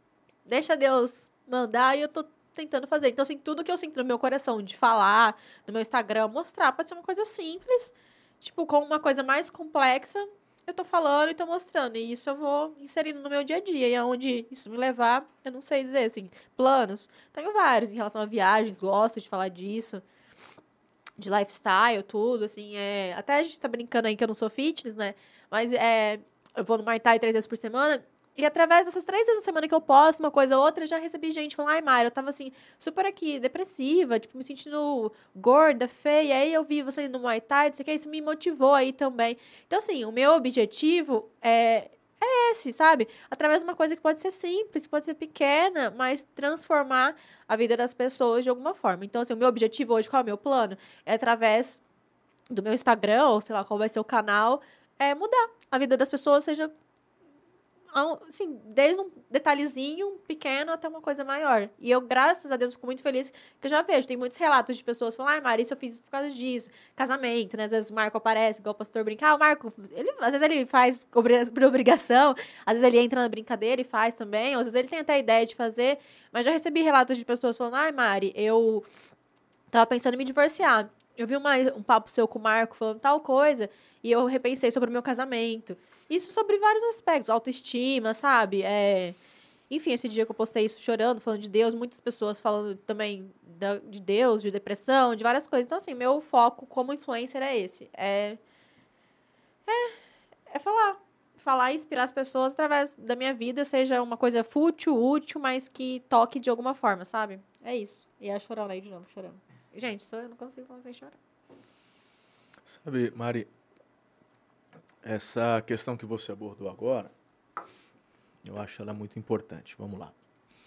Deus mandar e eu tô tentando fazer. Então, assim, tudo que eu sinto no meu coração de falar, no meu Instagram, mostrar, pode ser uma coisa simples, tipo, com uma coisa mais complexa, eu tô falando e tô mostrando. E isso eu vou inserindo no meu dia a dia. E aonde isso me levar, eu não sei dizer, assim, planos. Tenho vários em relação a viagens, gosto de falar disso. De lifestyle, tudo, assim, até a gente tá brincando aí que eu não sou fitness, né? Mas eu vou no Muay Thai 3 vezes por semana. E através dessas 3 vezes por semana que eu posto uma coisa ou outra, eu já recebi gente falando, Mayra, eu tava assim, super aqui, depressiva, tipo, me sentindo gorda, feia. Aí eu vi você indo no Muay Thai, não sei o que, isso me motivou aí também. Então, assim, o meu objetivo é esse, sabe? Através de uma coisa que pode ser simples, pode ser pequena, mas transformar a vida das pessoas de alguma forma. Então, assim, o meu objetivo hoje, qual é o meu plano? É através do meu Instagram, ou sei lá, qual vai ser o canal, mudar a vida das pessoas, seja assim, desde um detalhezinho pequeno até uma coisa maior. E eu, graças a Deus, fico muito feliz que eu já vejo. Tem muitos relatos de pessoas falando, Mari, isso eu fiz por causa disso. Casamento, né? Às vezes o Marco aparece, igual o pastor brincar. O Marco, às vezes ele faz por obrigação, às vezes ele entra na brincadeira e faz também, ou às vezes ele tem até a ideia de fazer. Mas já recebi relatos de pessoas falando, Mari, eu tava pensando em me divorciar. Eu vi um papo seu com o Marco falando tal coisa, e eu repensei sobre o meu casamento. Isso sobre vários aspectos, autoestima, sabe? Enfim, esse dia que eu postei isso chorando, falando de Deus, muitas pessoas falando também de Deus, de depressão, de várias coisas. Então, assim, meu foco como influencer é esse. É falar e inspirar as pessoas através da minha vida, seja uma coisa fútil, útil, mas que toque de alguma forma, sabe? É isso. E a chorando aí de novo, chorando. Gente, só eu não consigo falar sem chorar. Sabe, Mari, essa questão que você abordou agora, eu acho ela muito importante. Vamos lá.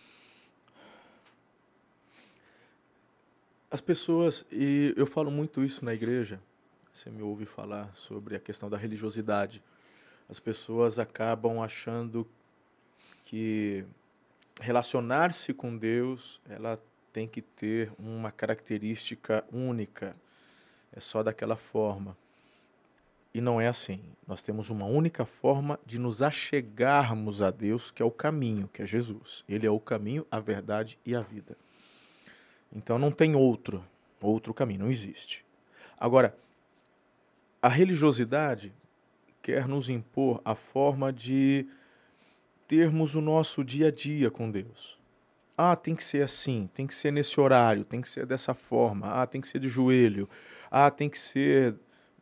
As pessoas, e eu falo muito isso na igreja, você me ouve falar sobre a questão da religiosidade. As pessoas acabam achando que relacionar-se com Deus, ela tem que ter uma característica única, é só daquela forma. E não é assim. Nós temos uma única forma de nos achegarmos a Deus, que é o caminho, que é Jesus. Ele é o caminho, a verdade e a vida. Então não tem outro caminho, não existe. Agora, a religiosidade quer nos impor a forma de termos o nosso dia a dia com Deus. Ah, tem que ser assim, tem que ser nesse horário, tem que ser dessa forma, ah, tem que ser de joelho, ah, tem que ser...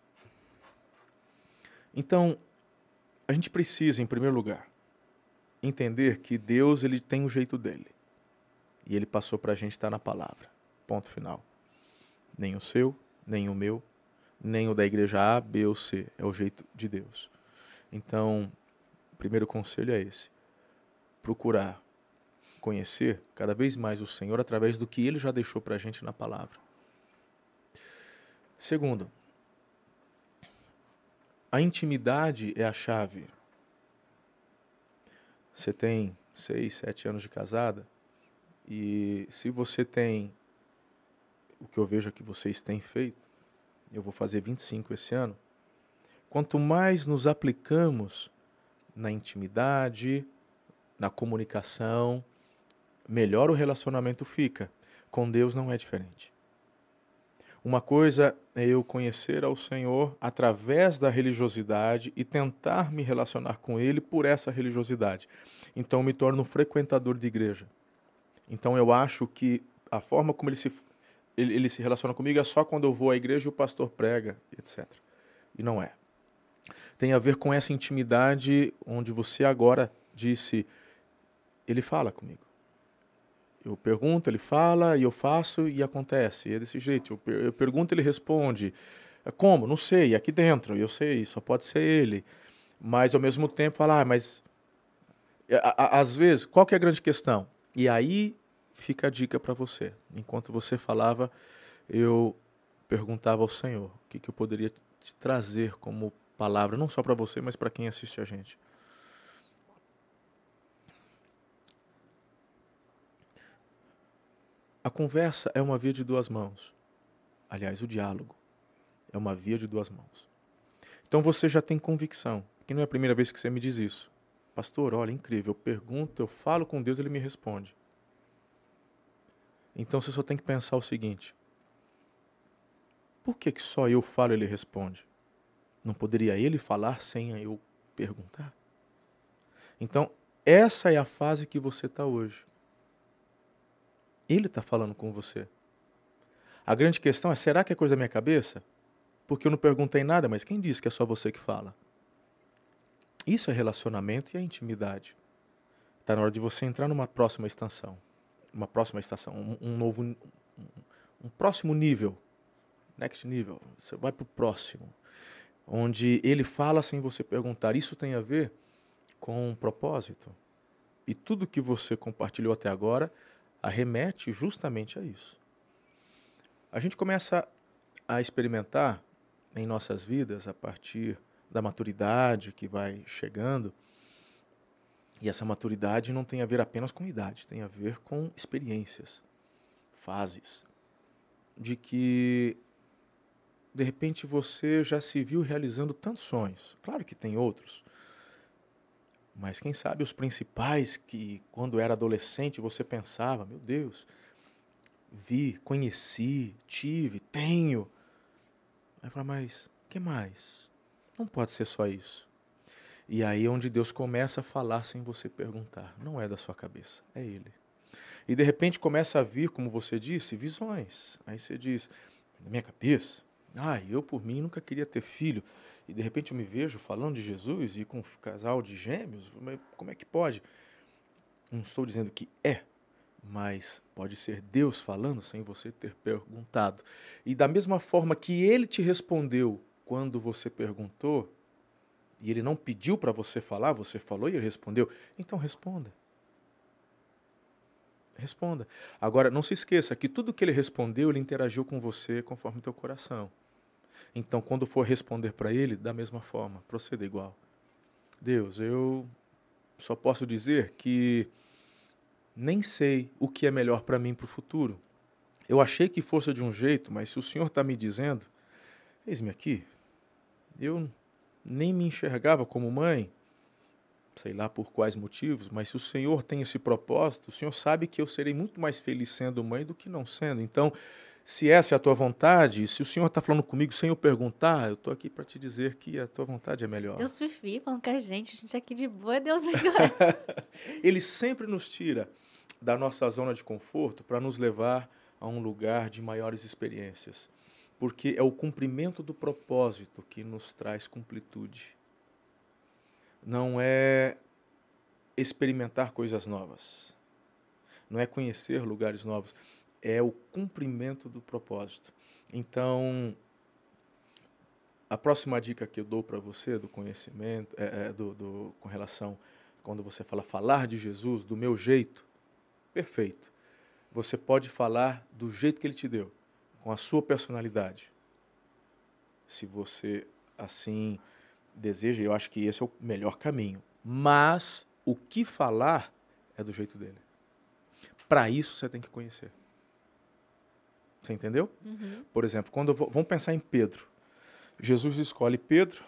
Então, a gente precisa, em primeiro lugar, entender que Deus ele tem o jeito dele. E ele passou para a gente estar na palavra. Ponto final. Nem o seu, nem o meu, nem o da igreja A, B ou C. É o jeito de Deus. Então, o primeiro conselho é esse. Procurar conhecer cada vez mais o Senhor através do que Ele já deixou para a gente na palavra. Segundo, a intimidade é a chave. Você tem 6, 7 anos de casada e se você tem o que eu vejo que vocês têm feito, eu vou fazer 25 esse ano, quanto mais nos aplicamos na intimidade, na comunicação, melhor o relacionamento fica. Com Deus não é diferente. Uma coisa é eu conhecer ao Senhor através da religiosidade e tentar me relacionar com Ele por essa religiosidade. Então eu me torno um frequentador de igreja. Então eu acho que a forma como ele se relaciona comigo é só quando eu vou à igreja e o pastor prega, etc. E não é. Tem a ver com essa intimidade onde você agora disse, ele fala comigo. Eu pergunto, ele fala, e eu faço, e acontece. E é desse jeito. Eu pergunto, ele responde. Como? Não sei. Aqui dentro, eu sei, só pode ser ele. Mas, ao mesmo tempo, fala, mas... Às vezes, qual que é a grande questão? E aí fica a dica para você. Enquanto você falava, eu perguntava ao Senhor o que eu poderia te trazer como palavra, não só para você, mas para quem assiste a gente. A conversa é uma via de duas mãos. Aliás, o diálogo é uma via de duas mãos. Então você já tem convicção, porque não é a primeira vez que você me diz isso. Pastor, olha, incrível, eu pergunto, eu falo com Deus, ele me responde. Então você só tem que pensar o seguinte, por que só eu falo e ele responde? Não poderia ele falar sem eu perguntar? Então, essa é a fase que você está hoje. Ele está falando com você. A grande questão é, será que é coisa da minha cabeça? Porque eu não perguntei nada, mas quem disse que é só você que fala? Isso é relacionamento e é intimidade. Está na hora de você entrar numa próxima estação. Uma próxima estação, um próximo nível. Next nível. Você vai para o próximo. Onde ele fala sem você perguntar. Isso tem a ver com um propósito. E tudo que você compartilhou até agora arremete justamente a isso. A gente começa a experimentar em nossas vidas, a partir da maturidade que vai chegando, e essa maturidade não tem a ver apenas com idade, tem a ver com experiências, fases, de que, de repente, você já se viu realizando tantos sonhos. Claro que tem outros, mas quem sabe os principais que, quando era adolescente, você pensava, meu Deus, vi, conheci, tive, tenho. Aí fala, mas o que mais? Não pode ser só isso. E aí é onde Deus começa a falar sem você perguntar. Não é da sua cabeça, é Ele. E de repente começa a vir, como você disse, visões. Aí você diz, na minha cabeça, eu por mim nunca queria ter filho. E de repente eu me vejo falando de Jesus e com um casal de gêmeos. Como é que pode? Não estou dizendo que é, mas pode ser Deus falando sem você ter perguntado. E da mesma forma que ele te respondeu quando você perguntou, e ele não pediu para você falar, você falou e ele respondeu, então responda. Responda. Agora, não se esqueça que tudo que ele respondeu, ele interagiu com você conforme o teu coração. Então, quando for responder para ele, da mesma forma, proceda igual. Deus, eu só posso dizer que nem sei o que é melhor para mim para o futuro. Eu achei que fosse de um jeito, mas se o Senhor está me dizendo, eis-me aqui. Eu nem me enxergava como mãe, sei lá por quais motivos, mas se o Senhor tem esse propósito, o Senhor sabe que eu serei muito mais feliz sendo mãe do que não sendo. Então, se essa é a tua vontade, se o Senhor está falando comigo sem eu perguntar, eu estou aqui para te dizer que a tua vontade é melhor. Deus fifi, falando com a gente aqui de boa, Deus me Ele sempre nos tira da nossa zona de conforto para nos levar a um lugar de maiores experiências. Porque é o cumprimento do propósito que nos traz completude. Não é experimentar coisas novas. Não é conhecer lugares novos. É o cumprimento do propósito. Então, a próxima dica que eu dou para você do conhecimento, com relação, quando você fala falar de Jesus, do meu jeito, perfeito. Você pode falar do jeito que ele te deu, com a sua personalidade. Se você assim deseja, eu acho que esse é o melhor caminho. Mas o que falar é do jeito dele. Para isso você tem que conhecer. Você entendeu? Uhum. Por exemplo, vamos pensar em Pedro. Jesus escolhe Pedro,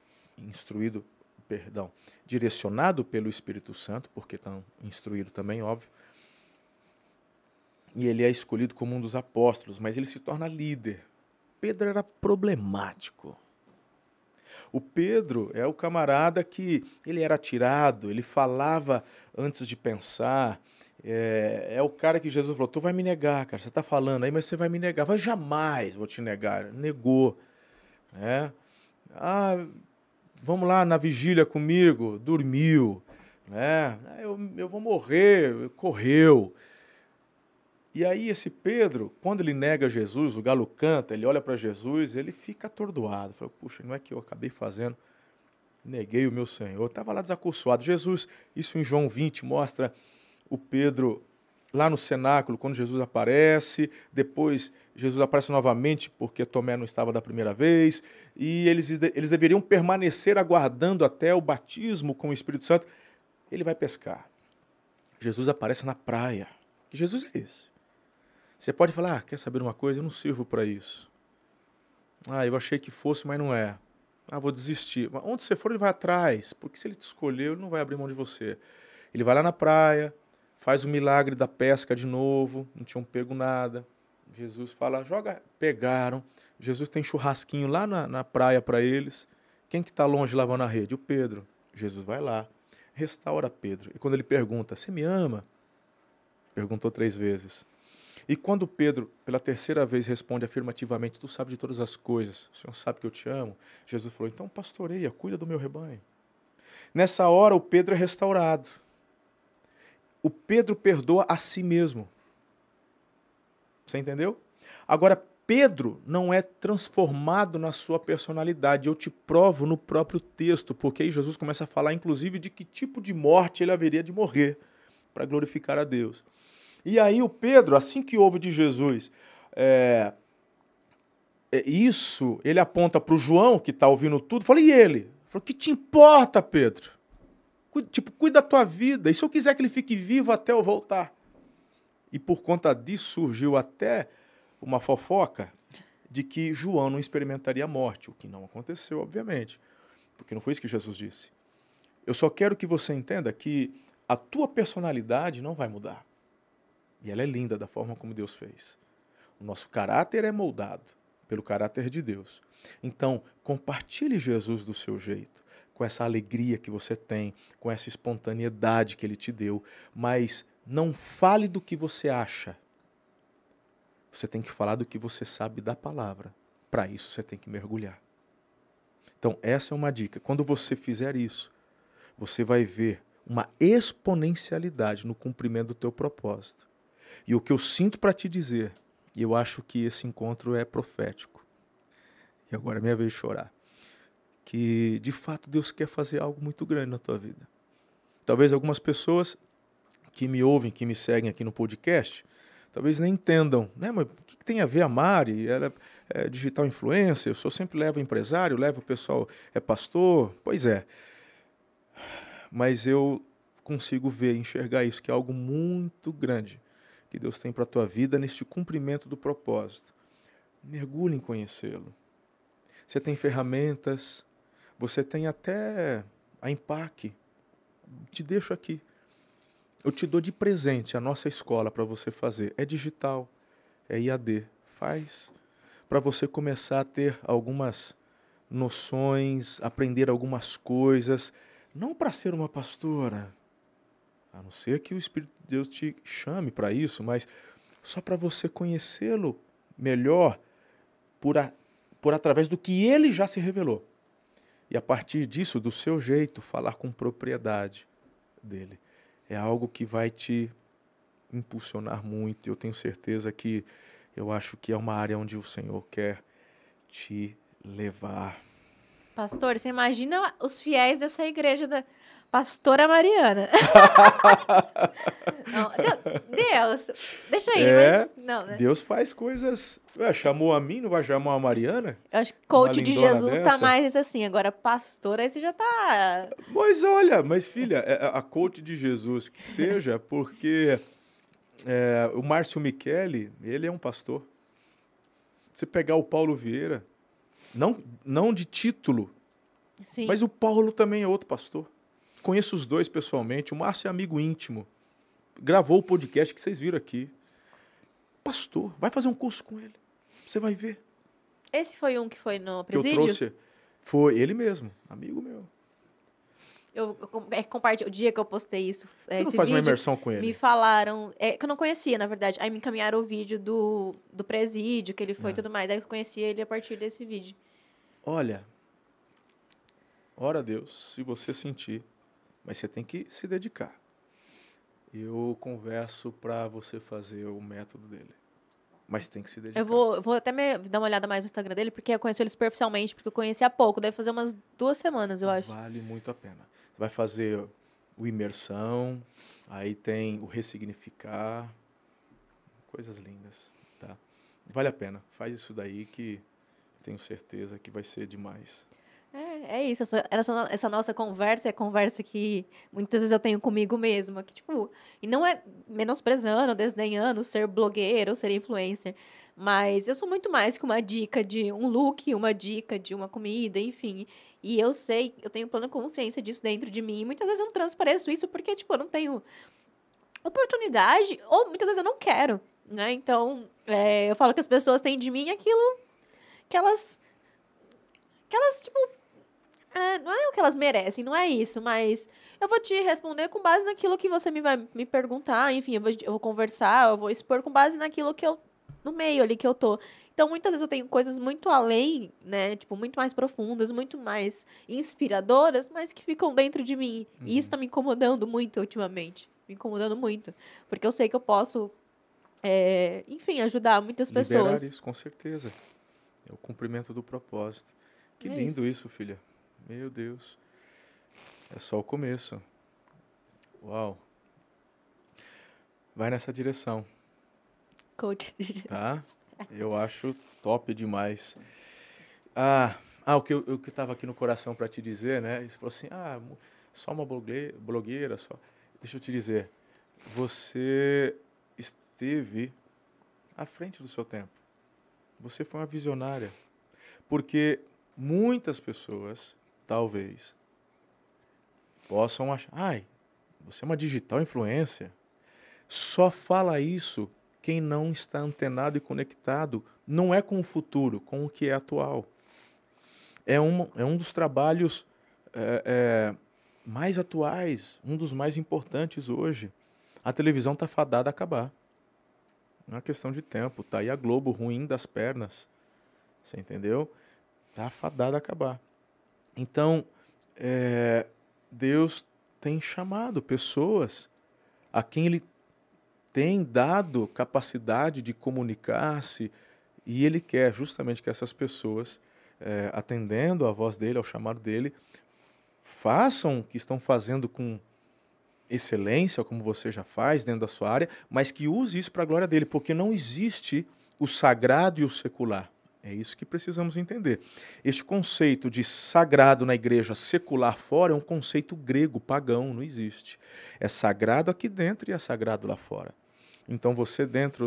direcionado pelo Espírito Santo, porque está instruído também, óbvio. E ele é escolhido como um dos apóstolos, mas ele se torna líder. Pedro era problemático. O Pedro é o camarada que ele era atirado, ele falava antes de pensar. É o cara que Jesus falou, tu vai me negar, cara, você está falando aí, mas você vai me negar. Vai, jamais vou te negar. Negou. Vamos lá na vigília comigo, dormiu. Eu vou morrer, correu. E aí esse Pedro, quando ele nega Jesus, o galo canta, ele olha para Jesus, ele fica atordoado. Fala, puxa, não é que eu acabei fazendo? Neguei o meu Senhor. Estava lá desacursoado. Jesus, isso em João 20, mostra o Pedro lá no cenáculo, quando Jesus aparece. Depois Jesus aparece novamente, porque Tomé não estava da primeira vez. E eles deveriam permanecer aguardando até o batismo com o Espírito Santo. Ele vai pescar. Jesus aparece na praia. Que Jesus é esse? Você pode falar, quer saber uma coisa? Eu não sirvo para isso. Eu achei que fosse, mas não é. Vou desistir. Mas onde você for, ele vai atrás, porque se ele te escolheu, ele não vai abrir mão de você. Ele vai lá na praia, faz o milagre da pesca de novo, não tinham pego nada. Jesus fala, pegaram. Jesus tem churrasquinho lá na praia para eles. Quem que está longe lavando a rede? O Pedro. Jesus vai lá, restaura Pedro. E quando ele pergunta, você me ama? Perguntou 3 vezes. E quando Pedro, pela 3ª vez, responde afirmativamente, tu sabes de todas as coisas, o Senhor sabe que eu te amo, Jesus falou, então pastoreia, cuida do meu rebanho. Nessa hora, o Pedro é restaurado. O Pedro perdoa a si mesmo. Você entendeu? Agora, Pedro não é transformado na sua personalidade. Eu te provo no próprio texto, porque aí Jesus começa a falar, inclusive, de que tipo de morte ele haveria de morrer para glorificar a Deus. E aí o Pedro, assim que ouve de Jesus, isso, ele aponta para o João, que está ouvindo tudo, fala, e ele? Falou, que te importa, Pedro? Cuida da tua vida. E se eu quiser que ele fique vivo até eu voltar? E por conta disso surgiu até uma fofoca de que João não experimentaria a morte, o que não aconteceu, obviamente, porque não foi isso que Jesus disse. Eu só quero que você entenda que a tua personalidade não vai mudar. E ela é linda da forma como Deus fez. O nosso caráter é moldado pelo caráter de Deus. Então, compartilhe Jesus do seu jeito, com essa alegria que você tem, com essa espontaneidade que Ele te deu, mas não fale do que você acha. Você tem que falar do que você sabe da palavra. Para isso, você tem que mergulhar. Então, essa é uma dica. Quando você fizer isso, você vai ver uma exponencialidade no cumprimento do teu propósito. E o que eu sinto para te dizer, e eu acho que esse encontro é profético, e agora é minha vez de chorar, que de fato Deus quer fazer algo muito grande na tua vida. Talvez algumas pessoas que me ouvem, que me seguem aqui no podcast, talvez nem entendam, né? Mas o que tem a ver a Mari? Ela é digital influencer, eu só sempre levo empresário, levo o pessoal, é pastor. Pois é. Mas eu consigo ver, enxergar isso, que é algo muito grande que Deus tem para a tua vida neste cumprimento do propósito. Mergulhe em conhecê-lo. Você tem ferramentas, você tem até a Impact. Te deixo aqui. Eu te dou de presente a nossa escola para você fazer. É digital, é IAD. Faz para você começar a ter algumas noções, aprender algumas coisas. Não para ser uma pastora, a não ser que o Espírito de Deus te chame para isso, mas só para você conhecê-lo melhor por através do que ele já se revelou. E a partir disso, do seu jeito, falar com propriedade dele. É algo que vai te impulsionar muito. Eu tenho certeza que eu acho que é uma área onde o Senhor quer te levar. Pastor, você imagina os fiéis dessa igreja da Pastora Mariana. Não, Deus, deixa aí, mas não, né? Deus faz coisas. Chamou a mim, não vai chamar a Mariana? Eu acho que coach de Jesus dessa? tá mais assim. Agora, pastor, aí você já tá... Mas olha, filha, a coach de Jesus que seja, porque o Márcio Michele, ele é um pastor. Você pegar o Paulo Vieira, não de título, Sim. mas o Paulo também é outro pastor. Conheço os dois pessoalmente. O Márcio é amigo íntimo. Gravou o podcast que vocês viram aqui. Pastor, vai fazer um curso com ele. Você vai ver. Esse foi um que foi no Que eu presídio? trouxe. Foi ele mesmo, amigo meu. Eu compartilhei o dia que eu postei isso. Você não esse faz uma vídeo, imersão com ele? me falaram, que eu não conhecia, na verdade. Aí me encaminharam o vídeo do presídio, que ele foi e tudo mais. Aí eu conheci ele a partir desse vídeo. Olha, ora a Deus, se você sentir, mas você tem que se dedicar. Eu converso para você fazer o método dele. Mas tem que se dedicar. Eu vou até dar uma olhada mais no Instagram dele, porque eu conheço ele superficialmente, porque eu conheci há pouco. Deve fazer umas 2 semanas, eu acho. Vale muito a pena. Você vai fazer o imersão, aí tem o ressignificar, coisas lindas, tá? Vale a pena. Faz isso daí que tenho certeza que vai ser demais. É isso. Essa nossa conversa é a conversa que muitas vezes eu tenho comigo mesma. Que, tipo, e não é menosprezando, desdenhando ser blogueira ou ser influencer. Mas eu sou muito mais que uma dica de um look, uma dica de uma comida, enfim. E eu sei, eu tenho plena consciência disso dentro de mim. E muitas vezes eu não transpareço isso porque, tipo, eu não tenho oportunidade ou muitas vezes eu não quero, né? Então, eu falo que as pessoas têm de mim aquilo que elas tipo... não é o que elas merecem, não é isso, mas eu vou te responder com base naquilo que você vai me perguntar, enfim, eu vou conversar, eu vou expor com base naquilo que no meio ali que eu tô. Então, muitas vezes eu tenho coisas muito além, né, tipo, muito mais profundas, muito mais inspiradoras, mas que ficam dentro de mim. Uhum. E isso tá me incomodando muito ultimamente, me incomodando muito, porque eu sei que eu posso, enfim, ajudar muitas pessoas. Liberar isso, com certeza. É o cumprimento do propósito. Que lindo isso, filha. Meu Deus. É só o começo. Uau. Vai nessa direção. Coach. Tá? Eu acho top demais. O que estava aqui no coração para te dizer, né? Você falou assim, só uma blogueira, só. Deixa eu te dizer. Você esteve à frente do seu tempo. Você foi uma visionária. Porque muitas pessoas... talvez possam achar, você é uma digital influencer. Só fala isso quem não está antenado e conectado, não é com o futuro, com o que é atual. É um dos trabalhos mais atuais, um dos mais importantes hoje. A televisão está fadada a acabar. Não é questão de tempo. Está aí a Globo ruim das pernas. Você entendeu? Está fadada a acabar. Então, Deus tem chamado pessoas a quem Ele tem dado capacidade de comunicar-se e ele quer justamente que essas pessoas, atendendo à voz dele, ao chamado dele, façam o que estão fazendo com excelência, como você já faz dentro da sua área, mas que use isso para a glória dele, porque não existe o sagrado e o secular. É isso que precisamos entender. Este conceito de sagrado na igreja, secular fora, é um conceito grego, pagão, não existe. É sagrado aqui dentro e é sagrado lá fora. Então você, dentro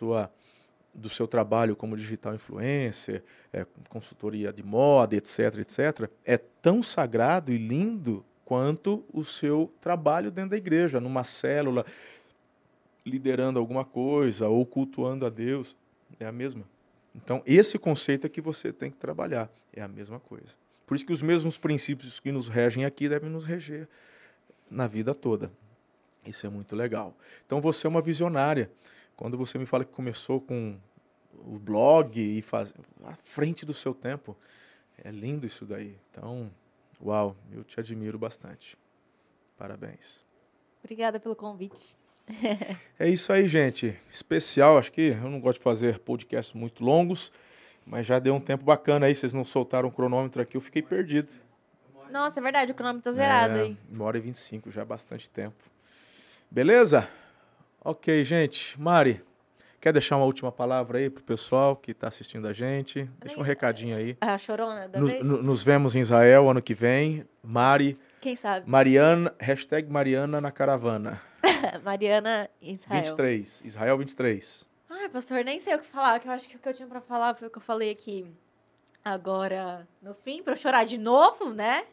do seu trabalho como digital influencer, consultoria de moda, etc., etc., é tão sagrado e lindo quanto o seu trabalho dentro da igreja, numa célula, liderando alguma coisa ou cultuando a Deus. É a mesma. Então, esse conceito é que você tem que trabalhar. É a mesma coisa. Por isso que os mesmos princípios que nos regem aqui devem nos reger na vida toda. Isso é muito legal. Então, você é uma visionária. Quando você me fala que começou com o blog e faz à frente do seu tempo, é lindo isso daí. Então, uau, eu te admiro bastante. Parabéns. Obrigada pelo convite. É isso aí, gente. Especial, acho que eu não gosto de fazer podcasts muito longos, mas já deu um tempo bacana aí. Vocês não soltaram o cronômetro aqui, eu fiquei perdido. Nossa, é verdade, o cronômetro tá zerado aí. 1h25, já é bastante tempo. Beleza? Ok, gente. Mari, quer deixar uma última palavra aí pro pessoal que está assistindo a gente? Deixa um recadinho aí. A chorona da vez? Nos vemos em Israel ano que vem. Mari. Quem sabe? Mariana, hashtag Mariana na caravana. Mariana Israel. 23, Israel 23. Ai, pastor, nem sei o que falar, que eu acho que o que eu tinha pra falar foi o que eu falei aqui agora no fim, pra eu chorar de novo, né?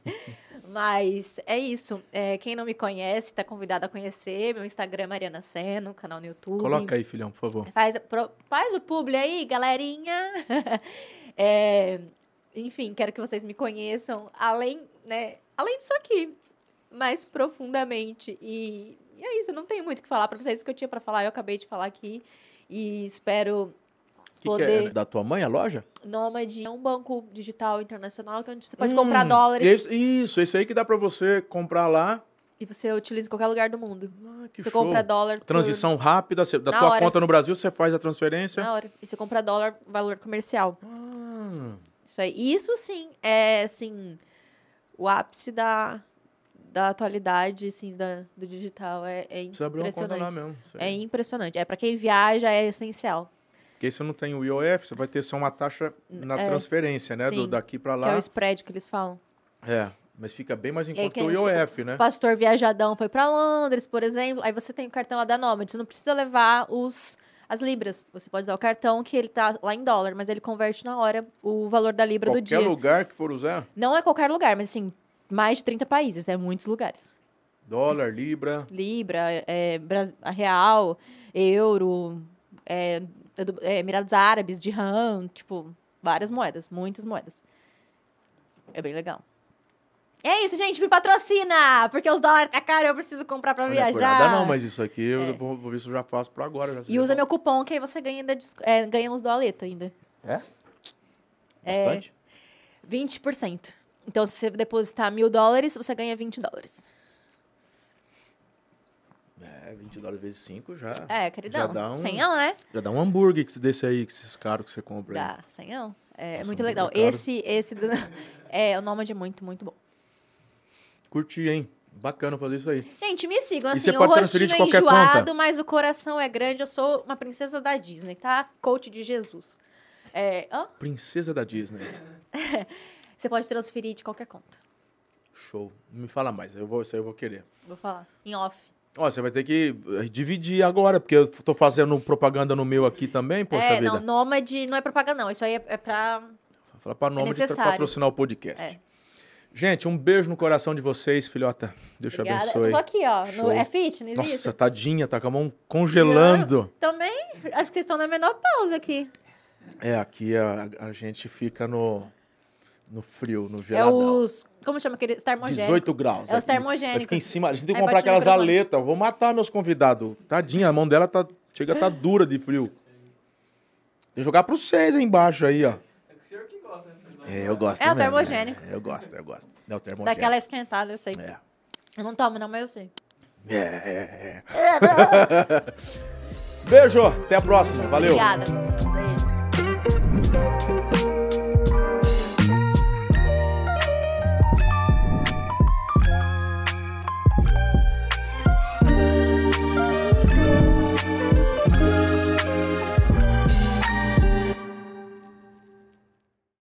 Mas é isso. Quem não me conhece, tá convidado a conhecer. Meu Instagram é Mariana Seno, canal no YouTube. Coloca aí, filhão, por favor. Faz o publi aí, galerinha. Enfim, quero que vocês me conheçam além disso aqui, mais profundamente. E é isso, eu não tenho muito o que falar pra vocês. O que eu tinha pra falar, eu acabei de falar aqui. E espero poder... Que é da tua mãe, a loja? Nômade é um banco digital internacional, que é onde você pode comprar dólares. Isso aí que dá pra você comprar lá. E você utiliza em qualquer lugar do mundo. Que você show. compra dólar Transição rápida, da tua conta no Brasil, você faz a transferência. Na hora. E você compra dólar, valor comercial. Isso aí. Isso sim é, assim, o ápice da atualidade, assim, do digital. É impressionante. Você abriu uma conta lá mesmo. É impressionante. Pra quem viaja, é essencial. Porque se não tem o IOF, você vai ter só uma taxa na transferência, né? Sim, daqui pra lá. Que é o spread que eles falam. Mas fica bem mais em conta que o IOF, né? O pastor viajadão foi pra Londres, por exemplo. Aí você tem o cartão lá da Nômade. Você não precisa levar as libras. Você pode usar o cartão que ele tá lá em dólar, mas ele converte na hora o valor da libra do dia. Qualquer lugar que for usar? Não é qualquer lugar, mas assim, mais de 30 países, muitos lugares. Dólar, libra. Libra, real, euro, Emirados Árabes, dirham, tipo, várias moedas, muitas moedas. É bem legal. É isso, gente, me patrocina! Porque os dólares tá caro, eu preciso comprar pra viajar. Nada não, mas isso aqui eu vou ver se eu já faço por agora. E usa meu cupom, que aí você ganha, ganha uns doletas ainda. Bastante? 20%. Então, se você depositar $1.000, você ganha $20. $20 vezes 5 já. Queridão. Já dá Senhão, né? Já dá um hambúrguer desse aí, esses caros que você compra aí. Dá, senhão. Nossa, muito legal. caro. O Nômade é muito, muito bom. Curti, hein? Bacana fazer isso aí. Gente, me sigam, E assim, você o pode transferir rostinho de é qualquer enjoado, conta? mas o coração é grande. Eu sou uma princesa da Disney, tá? Coach de Jesus. Princesa da Disney. Você pode transferir de qualquer conta. Show. Não me fala mais, isso aí eu vou querer. Vou falar. Em off. Ó, você vai ter que dividir agora, porque eu tô fazendo propaganda no meu aqui também, poxa vida. Não, Nômade não é propaganda, não. Isso aí é pra... Vou falar pra Nômade necessário. patrocinar o podcast. Gente, um beijo no coração de vocês, filhota. Deus te Obrigada. abençoe. Eu tô só aqui, ó. Show. É fitness, Nossa, isso? tadinha, tá com a mão congelando. Também, acho que vocês estão na menopausa aqui. Aqui a gente fica no frio, no geladão. Como chama aquele? Termogênico. 18 graus. É os termogênicos. Fica em cima. A gente tem que Aí comprar bate no aquelas microfone. aletas. Eu vou matar meus convidados. Tadinha, a mão dela chega a tá dura de frio. Tem que jogar pro 6 aí embaixo aí, ó. É o senhor que gosta, né? Eu gosto É o mesmo, termogênico. Eu gosto. É o termogênico. Daquela esquentada, eu sei. É. Eu não tomo, não, mas eu sei. Beijo, até a próxima. Valeu. Obrigada.